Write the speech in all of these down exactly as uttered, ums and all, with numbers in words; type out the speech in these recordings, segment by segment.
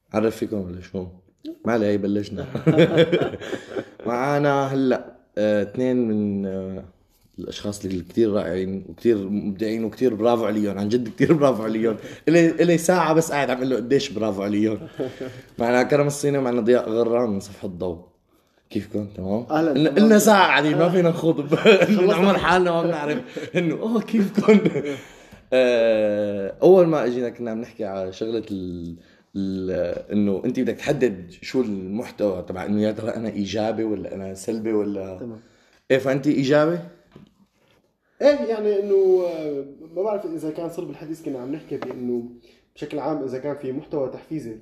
عرف فيكم ولا شو؟ ما علي بلشنا. معانا هلا آه، اثنين من آه، الاشخاص اللي كثير رائعين وكثير مبدعين وكثير برافو عليهم، عن جد كثير برافو عليهم. الي الي ساعه بس قاعد عم اقول له قديش برافو عليهم. معنا كرم الصيني ومعنا ضياء غرام من صفحة الضوء. كيفكم؟ تمام؟ اهلا قلنا تمام قلنا تمام. ساعة قاعدين ما فينا نخوض ب- انه خلصنا. نعمل حالنا ما بنعرف انه اوه كيفكم. آه، اول ما اجينا كنا عم نحكي على شغلة ال... ال... انه انت بدك تحدد شو المحتوى تبع انه يا ترى انا ايجابي ولا انا سلبي ولا تمام. ايه، فانت ايجابي؟ ايه يعني انه آه، ما بعرف اذا كان صلب الحديث كنا عم نحكي بانه بشكل عام اذا كان في محتوى تحفيزي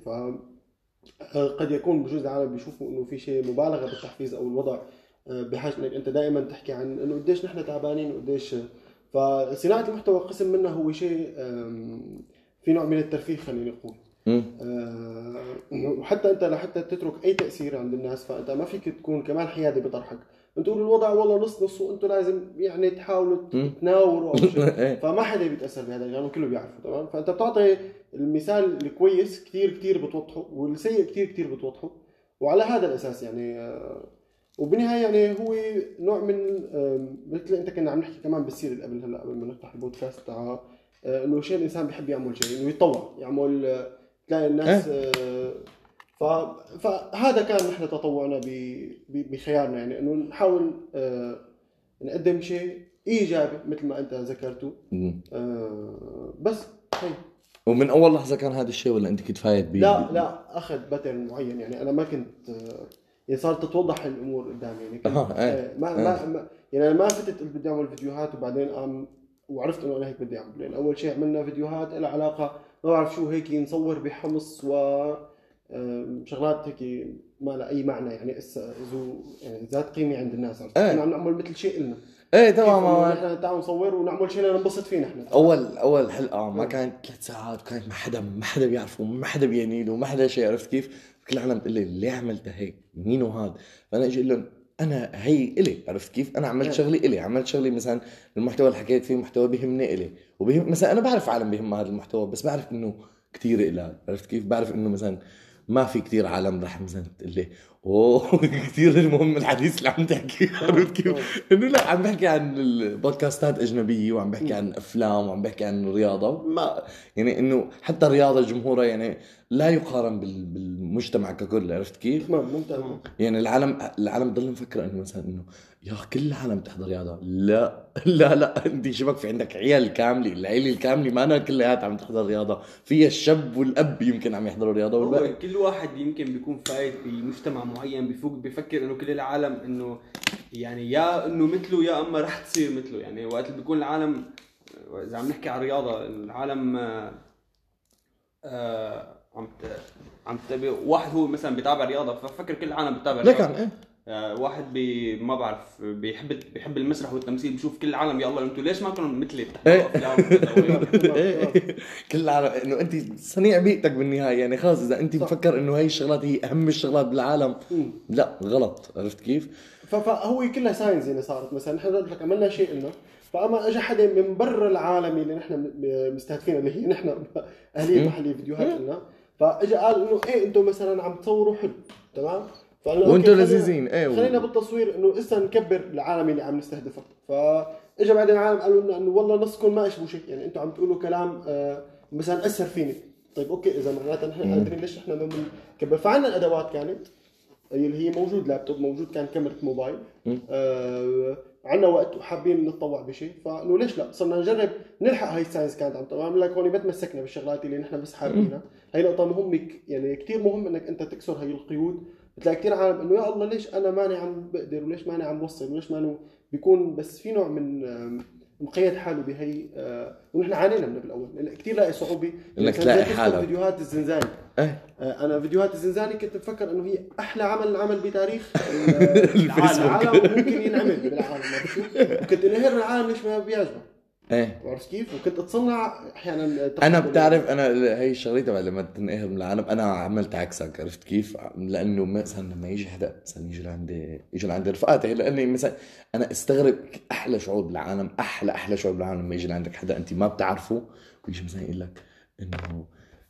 فقد يكون بجوز العالم بيشوفوا انه في شيء مبالغه بالتحفيز او الوضع آه، بحاجه انك انت دائما تحكي عن انه قديش نحن تعبانين وقديش. فصناعه المحتوى قسم منها هو شيء آم، في نوع من الترفيه خلينا نقول. مم. آه، وحتى انت لحتى تترك اي تاثير عند الناس فانت ما فيك تكون كمان حيادي بطرحك. انتوا الوضع والله نص نص وانتوا لازم يعني تحاولوا مم. تناوروا او شيء. ايه. فما حدا بيتاثر بهذا لانه كله بيعرفه تمام. فانت بتعطي المثال الكويس كثير كثير بتوضحه والسيء كثير كثير بتوضحه. وعلى هذا الاساس يعني آه، وبالنهايه يعني هو نوع من آه، مثل انت كنا عم نحكي كمان بالسيره اللي قبل هلا قبل ما نفتح البودكاست تاع آه، انه شيء الانسان بيحب يعمل شيء انه يتطوع يعمل آه، تلاقي الناس ايه. آه، ف... فهذا كان نحن تطوعنا ب... ب... بخيارنا يعني انه نحاول آه، نقدم شيء ايجابي مثل ما انت ذكرته. مم. آه، بس هي. ومن اول لحظة كان هذا الشيء ولا انت كنت فايت بي لا بي- لا اخذ باترن معين يعني انا ما كنت آه، يعني صارت تتوضح الامور قدامي يعني كنت اه ايه. آه، ما ايه. ما ما- يعني انا ما فتت قلت بدي اعمل فيديوهات وبعدين قام وعرفت انه انا هيك بدي اعمل. لان اول شيء عملنا فيديوهات لها علاقه ما بعرف شو هيك نصور بحمص و آه، شغلات هيك ما لها اي معنى يعني اسا ذو يعني ذات قيمه عند الناس. عرفت كنا عم ايه. نعمل مثل شيء لنا ايه كيف انه تمام. نحن تعالوا نصور ونعمل شيء ننبسط فيه نحن. اول اول حلقه ما آه. كانت ثلاث ساعات وكانت ما حدا ما حدا بيعرفه ما حدا بيعني له ما حدا شيء، عرفت كيف؟ كل العالم بتقول لي ليه عملت هيك مين هاد؟ فانا اجي اقول لهم انا هي الي، عرفت كيف؟ انا عملت آه. شغلي الي، عملت شغلي مثلا المحتوى اللي حكيت فيه محتوى بيهمني الي وبهم مثلا انا بعرف عالم بيهم هذا المحتوى بس بعرف انه كتير إلى، عرفت كيف؟ بعرف انه مثلا ما في كتير عالم رح مثلا تقول لي اوه كثير المهم الحديث اللي عم تحكي، عرفت كيف؟ انه لا عم بحكي عن البودكاستات اجنبيه وعم بحكي عن افلام وعم بحكي عن رياضه ما يعني انه حتى الرياضه جمهورها يعني لا يقارن بال- بالمجتمع ككل، عرفت كيف؟ تمام ممتاز. يعني العالم العالم ضل مفكر انه مثلا انه يا كل العالم بتحضر رياضه، لا لا لا انت شبك في عندك عيال كامله، العيله الكامله ما انا كلياتها عم تحضر رياضه، فيها الشاب والاب يمكن عم يحضروا رياضه والباقي هو كل واحد يمكن بيكون فايت بمجتمع معين بيفوق بيفكر انه كل العالم انه يعني يا انه مثله يا اما رح تصير مثله. يعني وقت اللي بيكون العالم اذا عم نحكي عن الرياضه العالم آه آه، عم ت- عم تبي واحد هو مثلا بيتابع رياضه ففكر كل العالم بيتابع لكن رياضه. ايه. آه، واحد بي ما بعرف بيحب بيحب المسرح والتمثيل بشوف كل العالم يا الله انتوا ليش ما كنتوا مثلي بتحضروا ايه. افلام وكذا. إيه. كل العالم انه انت صنيع بيئتك بالنهايه، يعني خلاص اذا انت صح. مفكر انه هاي الشغلات هي اهم الشغلات بالعالم مم. لا غلط، عرفت كيف؟ ف- فهو كلها ساينس يعني صارت مثلا نحن قلت لك عملنا شيء لنا فاما اجى حدا من برا العالم اللي نحن م- مستهدفين اللي هي نحن اهليه مم. محليه فيديوهات لنا فاجى قال انه ايه انتم مثلا عم تصوروا حلو تمام. فقالنا وانتوا أوكي، خلينا- لذيذين ايه و... خلينا بالتصوير انه اسا نكبر العالم اللي عم نستهدفه. فاجى بعدين العالم قالوا لنا انه والله نصكم ما اشبه شيء يعني انتم عم تقولوا كلام آه، مثلا اثر فيني. طيب اوكي اذا معناتها نحن قادرين ليش نحن بدنا نكبر. فعنا الادوات كانت اللي هي موجود لابتوب موجود كان كاميرا موبايل آه عندنا وقت وحابين نتطوع بشيء فانه ليش لا صرنا نجرب نلحق هاي الساينس. كانت عم تعمل لك هون ما تمسكنا بالشغلات اللي نحن بس حابينها. هاي نقطه مهمه ك- يعني كثير مهم انك انت تكسر هاي القيود. بتلاقي كثير عالم انه يا الله ليش انا ماني عم بقدر وليش ماني عم بوصل وليش ماني بيكون بس في نوع من آم، مقيد حاله بهي آه ونحن عانينا منه بالاول لان كثير لاقي صعوبه انك تلاقي تذكر حالك. فيديوهات الزنزاني. ايه. آه، انا فيديوهات الزنزاني كنت مفكر انه هي احلى عمل عمل بتاريخ الفيسبوك. العالم ممكن ينعمل بالعالم. عرفت كيف؟ وكنت انهر من العالم ليش ما بيعجبه. ايه. عرفت كيف؟ وكنت اتصنع احيانا انا تقبل. بتعرف انا هي الشغله تبع لما تنقهر من العالم انا عملت عكسك، عرفت كيف؟ لانه مثلا لما يجي حدا مثلا يجي لعندي يجي لعندي رفقاتي لاني مثلا انا استغرب احلى شعور بالعالم احلى احلى شعور بالعالم لما يجي لعندك حدا انت ما بتعرفه ويجي مثلا يقول لك انه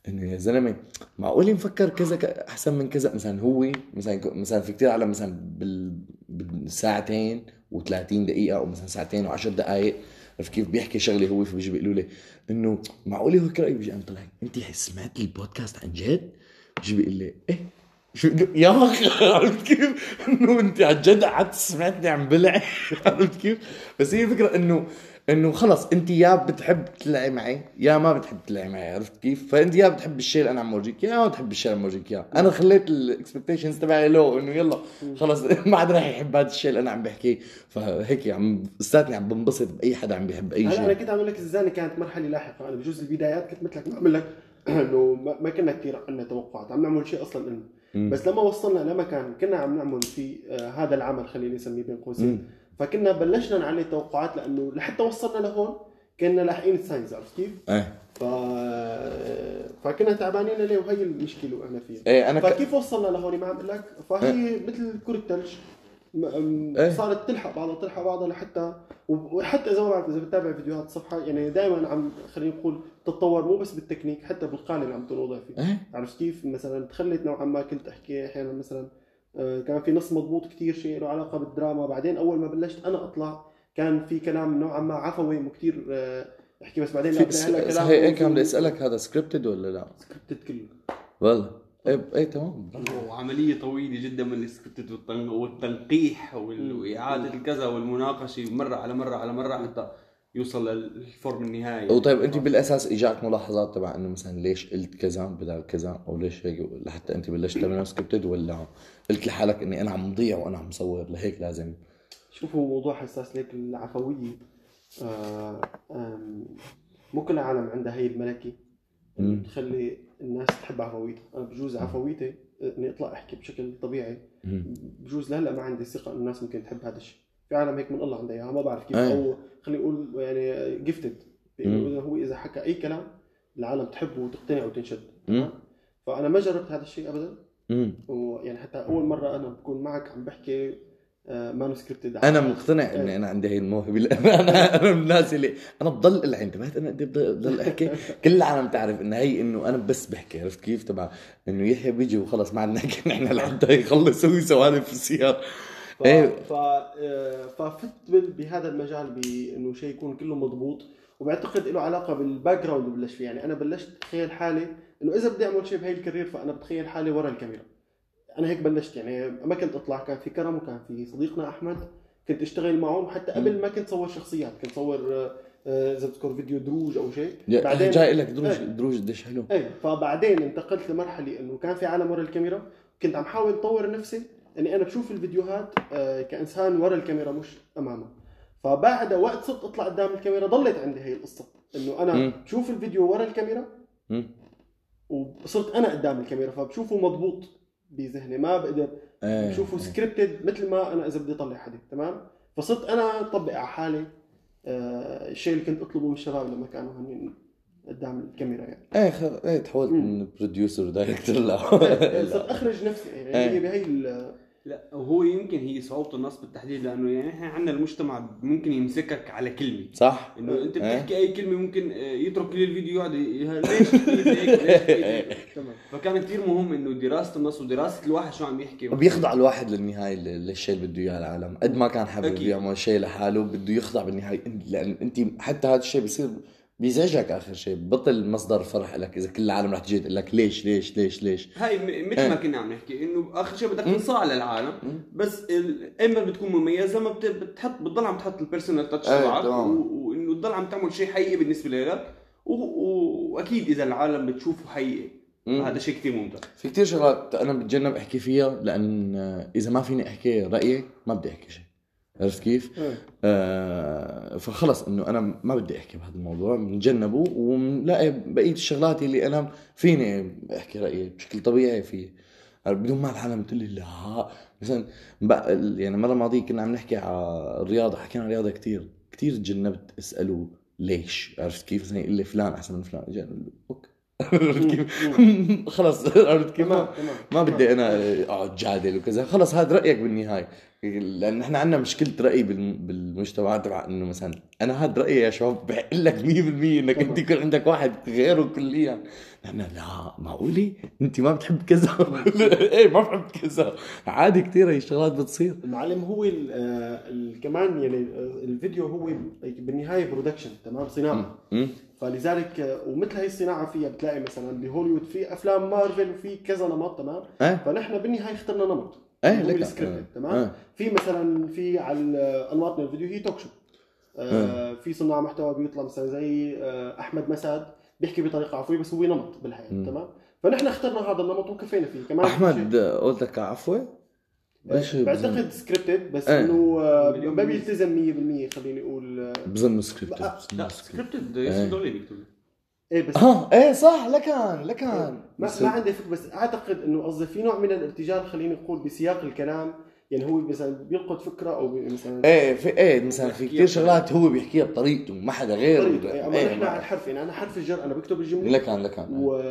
انه يا زلمه معقول نفكر كذا ك- احسن من كذا. مثلا هو مثلا مثلا في كتير عالم مثلا بال... بالساعتين و30 دقيقه او مثلا ساعتين و10 دقائق، عرفت كيف بيحكي شغله هو، فبيجي بيقولوا لي انه معقول هو رايك، بيجي انا طلع انت سمعت البودكاست عن جد؟ بيجي بيقول لي ايه شو يا اخي، عرفت كيف انه انت عن جد قعدت سمعتني عم بلع. عرفت كيف؟ بس هي الفكره انه انه خلص انت يا بتحب تلعب معي يا ما بتحب تلعب معي، عرفت كيف؟ فانت يا بتحب الشيء اللي انا عم اورجيك يا ما بتحب الشيء اللي عم اورجيك اياه. انا خليت الاكسبكتيشنز تبعي لو انه يلا خلص ما عاد راح يحب هذا الشيء اللي انا عم بحكيه، فهيك عم استاذني عم بنبسط باي حدا عم بيحب اي هلا انا شيء. كنت عم اقول لك الزاني كانت مرحله لاحقه. انا بجوز البدايات كنت مثلك ما اعمل لك انه ما ما كنا كثير عندنا توقعات، عم نعمل شيء اصلا انه مم. بس لما وصلنا لمكان كنا عم نعمل في آه هذا العمل خليني نسميه بين مم. قوسين، فكنا بلشنا نعلي التوقعات لانه لحتى وصلنا لهون كنا لاحقين الساينس، عرفت كيف؟ ايه ف... فكنا تعبانين عليه وهي المشكله اللي احنا فيها. ايه انا ك... فكيف وصلنا لهون ما عم اقول لك، فهي مثل كره ثلج م- إيه. صارت تلحق بعضها تلحق بعضها لحتى وحتى اذا ما بعرف اذا بتتابع فيديوهات الصفحه يعني دائما عم خلينا نقول تتطور مو بس بالتكنيك حتى بالقالب اللي عم تنوضع فيه. ايه عرفت كيف؟ مثلا تخليت نوعا ما كنت احكي احيانا مثلا آه، كان في نص مضبوط كتير شيء له علاقه بالدراما، بعدين اول ما بلشت انا اطلع كان في كلام نوعا ما عفوي مو كتير آه، احكي، بس بعدين في لا س... هلا كلام صحيح هيك عم بدي اسالك هذا سكريبتد ولا لا؟ سكريبتد كله. والله ايه ايه تمام. وعملية طويلة جدا من السكريبت والتن- والتنقيح وال- وإعادة الكذا والمناقشة مرة على مرة على مرة حتى يوصل للفورم النهائي. وطيب انت بالاساس اجاك ملاحظات تبع انه مثلا ليش قلت كذا بدل كذا او ليش هيك لحتى انت بلشت تعمل سكريبتد، ولا قلت لحالك اني انا عم ضيع وانا عم صور لهيك لازم؟ شوفوا موضوع حساس ليك العفوية. آه آم، مو كل العالم عندها هي الملكة اللي تخلي الناس تحب عفويتها. أنا بجوز عفويتي إني أطلع أحكي بشكل طبيعي، بجوز لهلا ما عندي ثقة إن الناس ممكن تحب هذا الشيء. في عالم هيك من الله عندها إياها ما بعرف كيف، أو خلينا نقول يعني جيفتد إنه هو إذا حكى أي كلام العالم تحبه وتقتنع وتنشد. فأنا ما جربت هذا الشيء أبدا. ويعني حتى أول مرة أنا بكون معك عم بحكي مانوسكريبتد. انا مقتنع اني انا عندي هي الموهبه. انا انا من الناس اللي انا بضل العين انتبهت انا بضل احكي. كل العالم تعرف ان هي انه انا بس بحكي، عرفت كيف؟ تبع انه يحيى بيجي وخلص ما عندنا نحكي نحن لحتى يخلص هو سوالف في السيارة. ف... ف... آه، ففت بال- بهذا المجال بانه شيء يكون كله مضبوط، وبعتقد له علاقه بالباك جراوند اللي بلش فيه. يعني انا بلشت اتخيل حالي انه اذا بدي اعمل شيء بهي الكارير فانا بتخيل حالي ورا الكاميرا. انا هيك بلشت، يعني ما كنت اطلع. كان في كرم وكان في صديقنا احمد كنت اشتغل معهم، وحتى قبل ما كنت صور شخصيات كنت صور آه، آه، اذا بتذكر فيديو دروج او شيء. بعدين جاي لك دروج ايه. دروج قديش حلو. ايه فبعدين انتقلت لمرحله انه كان في عالم ورا الكاميرا، كنت عم حاول اطور نفسي اني انا بشوف الفيديوهات آه، كانسان ورا الكاميرا مش امامها. فبعد وقت صرت اطلع قدام الكاميرا ضلت عندي هي القصه انه انا م. بشوف الفيديو ورا الكاميرا م. وصرت انا قدام الكاميرا فبشوفه مضبوط بذهني، ما بقدر ايه. بشوفه سكريبتد مثل ما انا اذا بدي اطلع حدا تمام. فصرت انا اطبق على حالي آه الشيء اللي كنت اطلبه من الشباب لما كانوا هنين قدام الكاميرا. يعني ايه خ... ايه تحولت من بروديوسر دايركتور لا صرت اخرج نفسي يعني ايه. بهي لا وهو يمكن هي صعوبة النص بالتحديد لأنه يعني إحنا عندنا المجتمع ممكن يمسكك على كلمة صح إنه أنت بتحكي أي كلمة ممكن يترك كل الفيديو يقعد ليش هيك ليش تمام. فكان كتير مهم إنه دراسة النص ودراسة الواحد شو عم يحكي، وبيخضع الواحد للنهاية للشيء اللي بده إياه العالم. قد ما كان حابب يعمل شيء لحاله بده يخضع بالنهاية، لأن أنت حتى هذا الشيء بيصير بيزعجك اخر شيء، بطل مصدر فرح لك اذا كل العالم رح تجي تقول لك ليش ليش ليش ليش. هاي مثل ما كنا عم نحكي انه اخر شيء بدك تنصاع للعالم، بس اما بتكون مميز لما بتحط بتضل عم تحط البيرسونال تاتش تبعك وانه تضل عم تعمل شيء حقيقي بالنسبه لك، واكيد اذا العالم بتشوفه حقيقي هذا شيء كثير ممتع. في كثير شغلات انا بتجنب احكي فيها لان اذا ما فيني احكي رايي ما بدي احكي شيء، عرفت كيف؟ آه فخلص انه انا ما بدي احكي بهذا الموضوع بنجنبه وملاقي بقيه الشغلات اللي انا فيني احكي رايي بشكل طبيعي فيه بدون ما العالم تقول لي لا. مثلا يعني مره ماضيه كنا عم نحكي على الرياضه، حكينا عن الرياضه كثير كثير تجنبت اساله ليش، عرفت كيف؟ مثلا يقول لي فلان احسن من فلان، اجي اقول له اوكي عرفت كيف؟ خلص عرفت كيف؟ ما, ما بدي انا اقعد جادل وكذا، خلص هذا رايك بالنهايه. لان احنا عندنا مشكله راي بالمجتمع تبع انه مثلا انا هذا رايي يا شباب، بحق لك مية بالمية انك انت يكون عندك واحد غيره كليا. نحن لا معقولي انت ما بتحب كذا ايه ما بحب كذا، عادي كثير هي الشغلات بتصير. المعلم هو ال ال كمان يعني الفيديو هو بالنهايه برودكشن، تمام، صناعه. فلذلك ومثل هاي الصناعه فيها بتلاقي مثلا بهوليوود في افلام مارفل وفي كذا نمط، تمام. أه؟ فنحن بالنهايه اخترنا نمط ايه هو السكريبت، تمام. أه. في مثلا في على انماط من الفيديو هي توك شو. آه في صناع محتوى بيطلع مثلا زي آه احمد مساد بيحكي بطريقه عفويه بس هو نمط بالحياه، تمام. فنحن اخترنا هذا النمط وكفينا فيه. كمان احمد قلتك عفوي بعتقد سكريبتد بس ايه. انه آه ما بيلتزم مية بالمية خليني اقول بظن سكريبتد. لا سكريبتد يسمى لي بيكتب ايه بس اه ايه صح لكان لكان ما, ما عندي فكره، بس اعتقد انه قصدي في نوع من الارتجال خليني اقول بسياق الكلام. يعني هو مثلا بيلقط فكره او مثلا ايه في ايه مثلا في كثير شغلات هو بيحكيها بطريقته ما حدا غيره. ايه اما احنا على الحرف، يعني انا حرف الجر انا بكتب الجمله لكان لكان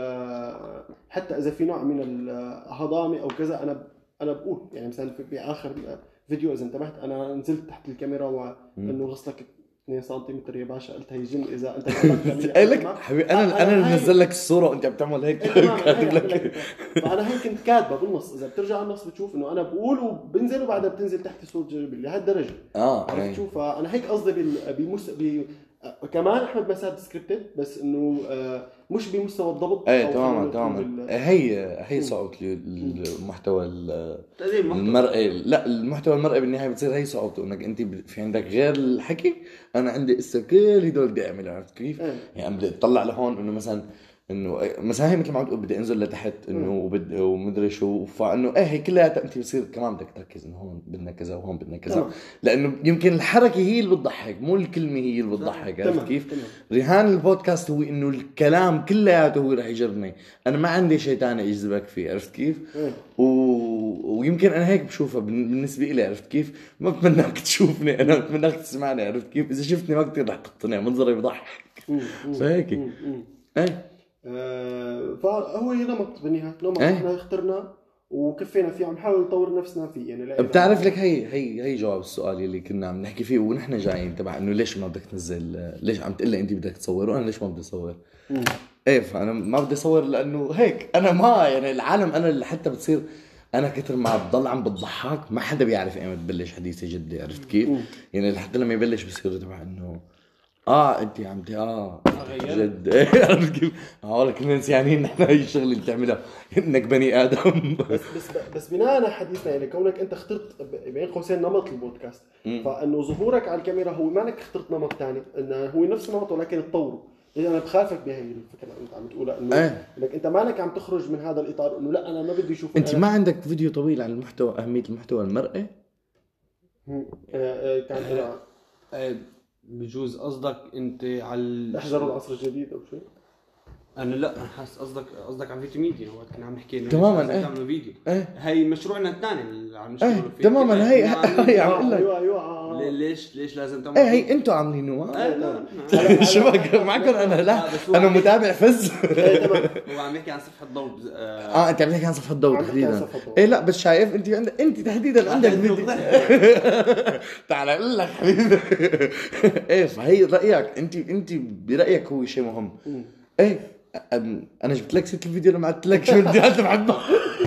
وحتى اذا في نوع من الهضامه او كذا انا انا بقول يعني مثلا في اخر فيديو اذا انتبهت انا نزلت تحت الكاميرا وانه غسلك اثنين سنتيمتر يا باشا، قلت هي جن اذا انت قال لك حبيبي انا انا اللي منزل لك الصوره وانت عم تعمل هيك كاتب لك. فانا هيك كنت كاتبه بالنص، اذا بترجع على النص بتشوف انه انا بقول وبنزل وبعدها بتنزل تحت صوره جربي لهالدرجه. اه عرفت شوف انا هيك قصدي بمس ب كمان احمد مساد سكريبتد بس انه مش بمستوى الضبط. ايه تماما تماما. هي هي صعوبه المحتوى المرئي. لا المحتوى المرئي بالنهايه بتصير هي صعوبته انك انت في عندك غير الحكي. انا عندي اسا كل هدول بدي اعمل، عرفت كيف؟ ايه. يعني بدي اطلع لهون انه مثلا انه مثلا هي مثل ما عم تقول بدي انزل لتحت انه وبد ومدري شو، فانه ايه هي كلها انت بتصير كمان بدك تركز انه هون بدنا كذا وهون بدنا كذا. تمام. لانه يمكن الحركه هي اللي بتضحك مو الكلمه هي اللي بتضحك، عرفت كيف؟ تمام. رهان البودكاست هو انه الكلام كلياته هو رح يجرني، انا ما عندي شيء ثاني يجذبك فيه، عرفت كيف؟ و... ويمكن انا هيك بشوفها بالنسبه لي، عرفت كيف؟ ما بتمناك تشوفني، انا بتمناك تسمعني، عرفت كيف؟ اذا شفتني ما كثير رح تقتنع، منظري بضحك فهيك ايه. آه فهو نمط بالنهايه، نمط ايه؟ احنا اخترناه وكفينا فيه، عم نحاول نطور نفسنا فيه. يعني بتعرف لك هي هي هي جواب السؤال اللي كنا عم نحكي فيه ونحن جايين تبع انه ليش ما بدك تنزل، ليش عم تقول لي انت بدك تصور وانا ليش ما بدي اصور. ايه فانا ما بدي اصور لانه هيك انا ما يعني العالم انا اللي حتى بتصير انا كتر ما بضل عم بضحك ما حدا بيعرف ايمتى ببلش حديثي جدي، عرفت كيف؟ يعني لحد لما يبلش بصير تبع انه اه انت عم تي اه جد ايه عرفت كيف؟ اه كنا نسيانين نحن هي الشغله اللي بتعملها انك بني ادم. بس بس بس بناء على حديثنا يعني كونك انت اخترت بين قوسين نمط البودكاست، فانه ظهورك على الكاميرا هو ما انك اخترت نمط ثاني، انه هو نفس النمط ولكن تطوره. يعني انا بخالفك بهي الفكره اللي انت عم تقولها انه ايه؟ انك انت ما انك عم تخرج من هذا الاطار انه لا انا ما بدي اشوف. انت ما عندك فيديو طويل عن المحتوى اهميه المحتوى المرئي؟ كان بجوز قصدك انت على احذروا العصر الجديد او شيء. انا لا انا حاسس قصدك قصدك عن فيديو ميديا وقت كنا عم نحكي تماما ايه تعملوا فيديو ايه هي مشروعنا الثاني اللي عم نشتغل ايه فيه تماما. هي هي عم اقول لك ايوه ايوه ليش ليش لازم تعملوا ايه هي انتوا عاملينه ايه شو معكم انا لا انا متابع فز. هو عم يحكي عن صفحه ضوء اه انت عم تحكي عن صفحه ضوء تحديدا. ايه لا بس شايف انت عندك انت تحديدا عندك فيديو تعال اقول لك حبيبي ايه فهي رايك انت انت برايك هو شيء مهم. ايه انا جبت لك ست الفيديو لما قلت لك شو الفيديوهات اللي بحبها.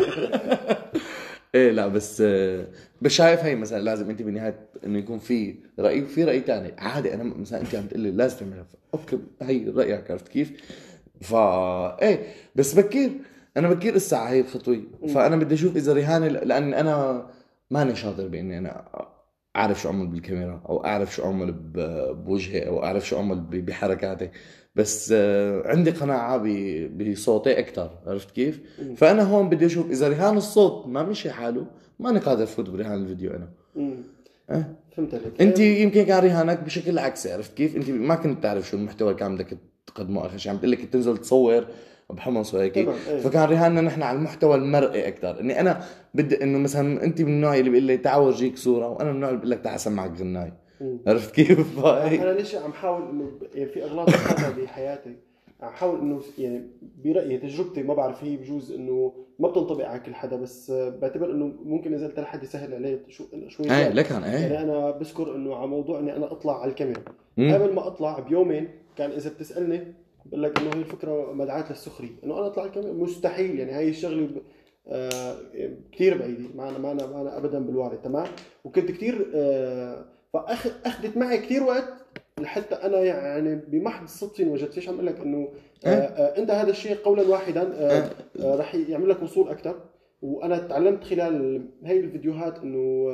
ايه لا بس بس شايف هي مثلا لازم انت بالنهايه انه يكون في راي وفي راي ثاني عادي. انا مثلا انت عم تقول لي لازم تعملها اوكي هي رايك، عرفت كيف؟ فا ايه بس بكير انا بكير الساعه هي الخطوه. فانا بدي اشوف اذا رهان لان انا ماني شاطر باني انا اعرف شو اعمل بالكاميرا او اعرف شو اعمل بوجهي او اعرف شو اعمل بحركاتي، بس عندي قناعه بصوتي اكثر، عرفت كيف؟ فانا هون بدي اشوف اذا رهان الصوت ما مشي حاله ماني قادر افوت برهان الفيديو انا. أه؟ فهمت عليك. انت يمكن كان رهانك بشكل عكسي، عرفت كيف؟ انت ما كنت تعرف شو المحتوى اللي كان بدك تقدمه اخر شيء، عم تقول لك تنزل تصور بحمص وهيك. ايه. فكان رهاننا نحن على المحتوى المرئي اكثر، اني انا بدي انه مثلا انت من النوع اللي بيقول لي تعال اورجيك صوره وانا من النوع اللي بقول لك تعال اسمعك غناي، عرفت كيف؟ انا ليش عم حاول انه يعني في اغلاط بحياتي عم حاول انه يعني برايي تجربتي ما بعرف هي بجوز انه ما بتنطبق على كل حدا، بس بعتبر انه ممكن اذا قلت لحد يسهل عليه شو شوي ايه لكن ايه يعني انا بذكر انه على موضوع اني انا اطلع على الكاميرا مم. قبل ما اطلع بيومين كان اذا بتسالني بقول لك انه هي الفكره مدعاة للسخريه انه انا اطلع على الكاميرا مستحيل، يعني هاي الشغله ب... آه كثير بعيده معنا معنا معنا ابدا بالوارد تمام. وكنت كثير آه فاخذت معي كثير وقت لحتى انا يعني بمحض الصدفه وجدت فيش عم اقول لك انه آه آه انت هذا الشيء قولا واحدا آه آه راح يعمل لك وصول اكثر. وانا تعلمت خلال هاي الفيديوهات انه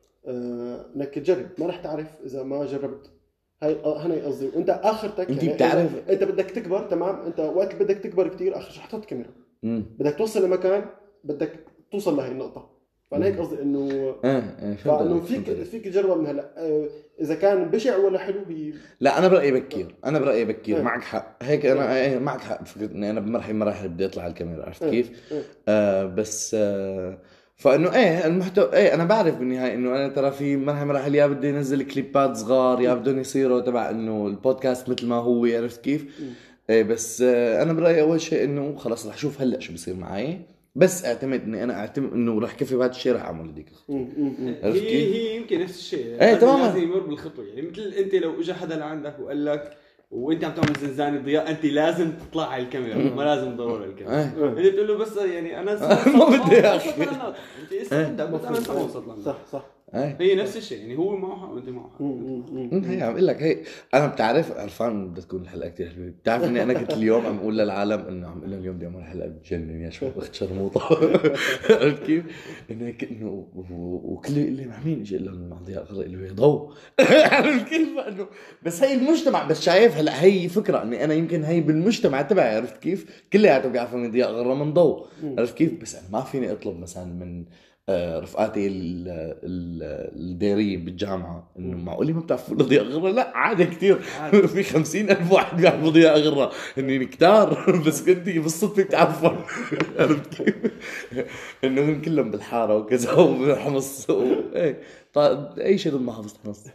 آه انك تجرب، ما راح تعرف اذا ما جربت. هاي هنا قصدي. وانت اخرتك انت يعني بتعرف انت بدك تكبر تمام، انت وقت اللي بدك تكبر كثير اخر شيء حطيت كاميرا مم. بدك توصل لمكان بدك توصل لهي النقطه. فانا هيك قصدي انه ايه ايه فانه فيك فيك تجربها من هلا اذا كان بشع ولا حلو. هي لا انا برايي بكير، انا برايي بكير ايه. معك حق هيك انا ايه معك حق بفكره اني انا بمرحله مراحل بدي اطلع على الكاميرا عرفت ايه. كيف ايه. آه بس آه فانه ايه المحتوى ايه انا بعرف بالنهايه انه انا ترى في مرحله مراحل يا بدي انزل كليبات صغار يا بدهم يصيروا تبع انه البودكاست مثل ما هو عرفت كيف ايه. بس آه انا برايي اول شيء انه خلاص رح اشوف هلا شو بصير معي، بس اعتمد اني انا اعتمد انه رح كفي بهذا الشيء رح اعمل هذيك هي هي يمكن نفس الشيء ايه تماما لازم يمر بالخطوه. يعني مثل انت لو اجى حدا لعندك وقال لك وانت عم تعمل زنزانه ضياء انت لازم تطلع على الكاميرا ما لازم تدور على الكاميرا انت بتقول له بس يعني انا ما بدي يا اخي انت استنى بس انا ما وصلت لنا صح صح هي نفس الشيء. يعني هو معه حق وانت معه حق. هي عم اقول لك هي انا بتعرف عرفان بدها تكون الحلقه كثير حلوه. بتعرف اني انا كنت اليوم عم اقول للعالم انه عم اقول لهم اليوم بدي اعمل حلقه بتجنن يا شباب اخت شرموطه عرفت كيف انه هيك انه وكله يقول لي مع مين اجى اقول لهم مع ضياء غرق اللي هو ضوء عرفت كيف انه بس هي المجتمع بس شايف هلا هي فكره اني انا يمكن هي بالمجتمع تبعي عرفت كيف كلياتهم بيعرفوا اني ضياء غرق من ضوء عرفت كيف. بس أنا ما فيني اطلب مثلا من رفقاتي الديرية بالجامعة إنه معقولي ما بتعرفوا ضياء غرة؟ لا عادي كتير في خمسين ألف واحد بيعرفوا ضياء غرة إني كتار بس كنتي بالصدفة بتعرفوا عرفت كيف إنه هم كلهم بالحارة وكذا وبالحمص إيه طيب أي شيء ضد محافظة حمص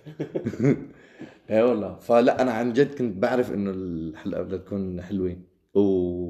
إيه والله. فلا أنا عن جد كنت بعرف إنه الحلقة بدها تكون حلوة و...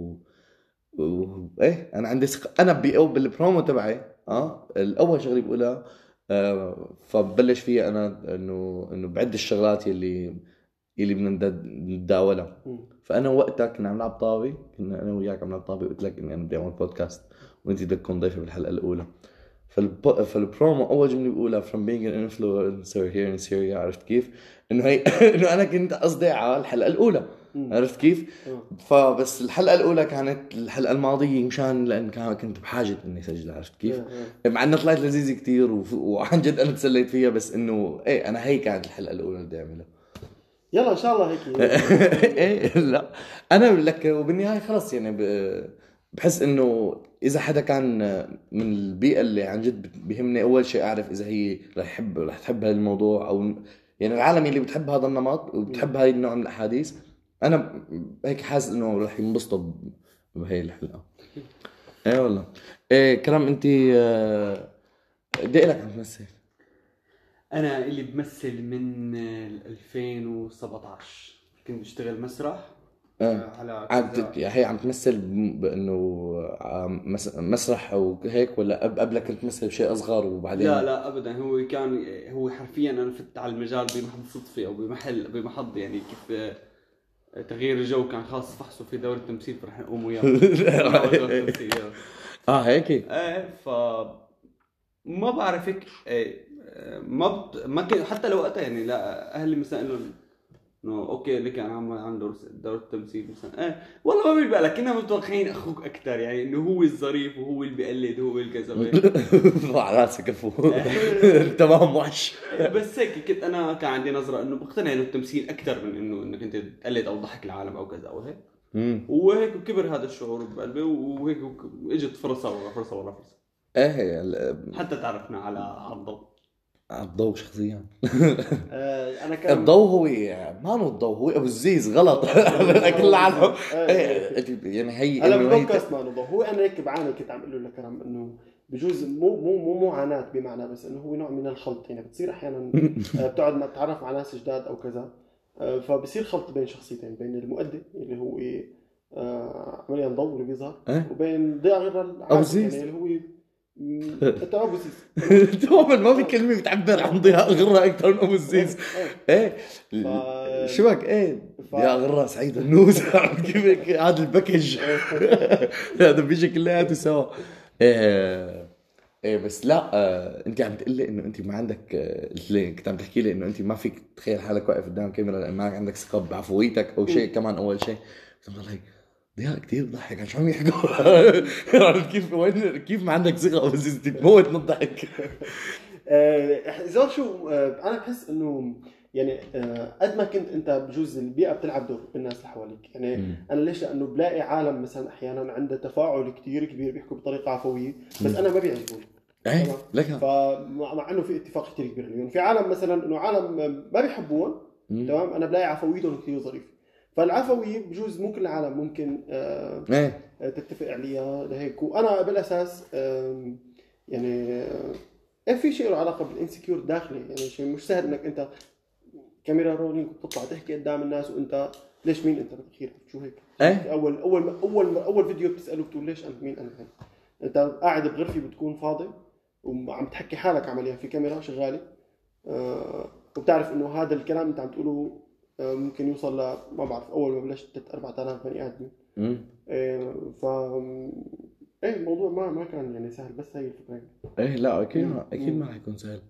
و... إيه أنا عندي سق... أنا بي... بالبرومو تبعي اه الاول شغله بقولها آه فببلش فيها انا انه انه بعد الشغلات اللي اللي بدنا نتداولها. فانا وقتها كنا عم نلعب طابه كنا انا وياك عم نلعب طابه قلت لك اني انا بدي اعمل بودكاست وانت بدك تكون ضيفه بالحلقه الاولى. فالب... فالبرومو اول جمله بقولها from being an influencer here in Syria عرفت كيف انه هي انه انا كنت قصدي على الحلقه الاولى عرفت كيف. فبس الحلقه الاولى كانت الحلقه الماضيه مشان لان كنت بحاجه اني اسجلها عرفت كيف مع انها طلعت لذيذه كتير وف... وعن جد انا تسليت فيها بس انه ايه انا هي كانت الحلقه الاولى اللي بدي اعملها. يلا ان شاء الله هيك ايه لا انا بقول لك وبالنهايه خلص يعني ب... بحس انه اذا حدا كان من البيئه اللي عن جد بيهمني اول شيء اعرف اذا هي رح يحب رح تحب هذا الموضوع او يعني العالم اللي بتحب هذا النمط وبتحب هاي النوع من الاحاديث انا هيك حاسس انه رح ينبسطوا بهي الحلقه. ايه والله. ايه كرم انت بدي لك عم تمثل. انا اللي بمثل من ألفين وسبعطعش كنت بشتغل مسرح آه. على عم هي عم تمثل بانه مسرح او هيك ولا قبلك كنت تمثل بشيء اصغر وبعدين؟ لا لا ابدا هو كان هو حرفيا انا فت على المجال بمحض صدفه او بمحل بمحض يعني كيف تغيير الجو كان خاص فحصه في دورة تمثيل فرح نقوم وياه اه هيك ايه ف ما بعرفك ايه ما بت... ما كنت حتى لو وقتها يعني لا اهلي مثلا قالوا انه اوكي اللي كان عم عنده دورة تمثيل مثلا ايه والله ما بالبالك كنا متوقعين اخوك اكثر يعني انه هو الظريف وهو اللي بيقلد وهو الكذا على راسك كفو تمام وحش. بس هيك كنت انا كان عندي نظره انه بقتنع انه التمثيل اكثر من انه انك انت تقلد او تضحك العالم او كذا او هيك وهيك كبر هذا الشعور بقلبي وهيك اجت فرصه ولا فرصه ولا فرصه ايه حتى تعرفنا على الضوء. الضوء شخصيا انا كان الضوء هو ما هو الضوء هو ابو الزيز غلط كل العالم يعني هي انا بودكاست ما الضوء هو انا هيك بعاني كنت عم اقول لك كلام انه بجوز مو مو مو معاناه بمعنى بس انه هو نوع من الخلط يعني بتصير احيانا بتقعد ما تتعرف على ناس جداد او كذا فبصير خلط بين شخصيتين بين المؤدي اللي هو آه عمليا ضوء اللي بيظهر إيه. وبين ضياء غرة أبو العادي زيز. يعني اللي هو مم، انت ابو زيز دوما ما في كلمة بتعبر عن ضياء غرة أكثر من أبو الزيز. إيه. إيه ف- شو بك إيه ف- ضياء غرة سعيد النوس. كيف هيك هذا الباكج هذا بيجي كلياته سوا. إيه إيه بس لا آه، أنت عم تقلي إنه أنت ما عندك آه، اللي كنت عم تحكي لي إنه أنت ما فيك تخيل حالك واقف قدام كاميرا لأن ما عندك ثقة بعفويتك أو شيء كمان أول شيء. قلت له هيك ضياء كتير بضحك شو عم يحكوا. عرفت كيف وين كيف ما عندك ثقة بس تموت من الضحك. آه، زور شو آه، انا بحس انه يعني آه، قد ما كنت انت بجوز البيئه بتلعب دور بالناس اللي حواليك يعني مم. انا ليش لانه بلاقي عالم مثلا احيانا عنده تفاعل كتير كبير بيحكوا بطريقه عفويه بس انا ما بيعجبوني ايه تمام. لك فمع مع انه في اتفاق كتير كبير اليوم في عالم مثلا انه عالم ما بيحبون تمام انا بلاقي عفويتهم كتير ظريفه فالعفويه بجوز مو كل العالم ممكن آه ايه تتفق عليها لهيك وانا بالاساس آم، يعني آه، إيه في شيء له علاقه بالانسكيور داخلي يعني شيء مش سهل انك انت كاميرا رولينج وتطلع تحكي قدام الناس وانت ليش مين انت بالاخير شو هيك ايه اول اول اول اول فيديو بتساله بتقول ليش انت مين انا هيك انت قاعد بغرفه بتكون فاضي وعم تحكي حالك عمليا في كاميرا شغاله آه وبتعرف انه هذا الكلام انت عم تقوله آه ممكن يوصل ل ما بعرف اول ما بلشت أربعة آلاف بني ادم امم آه ف ايه الموضوع ما ما كان يعني سهل بس هي الفكره ايه لا اكيد ما اكيد ما حيكون سهل.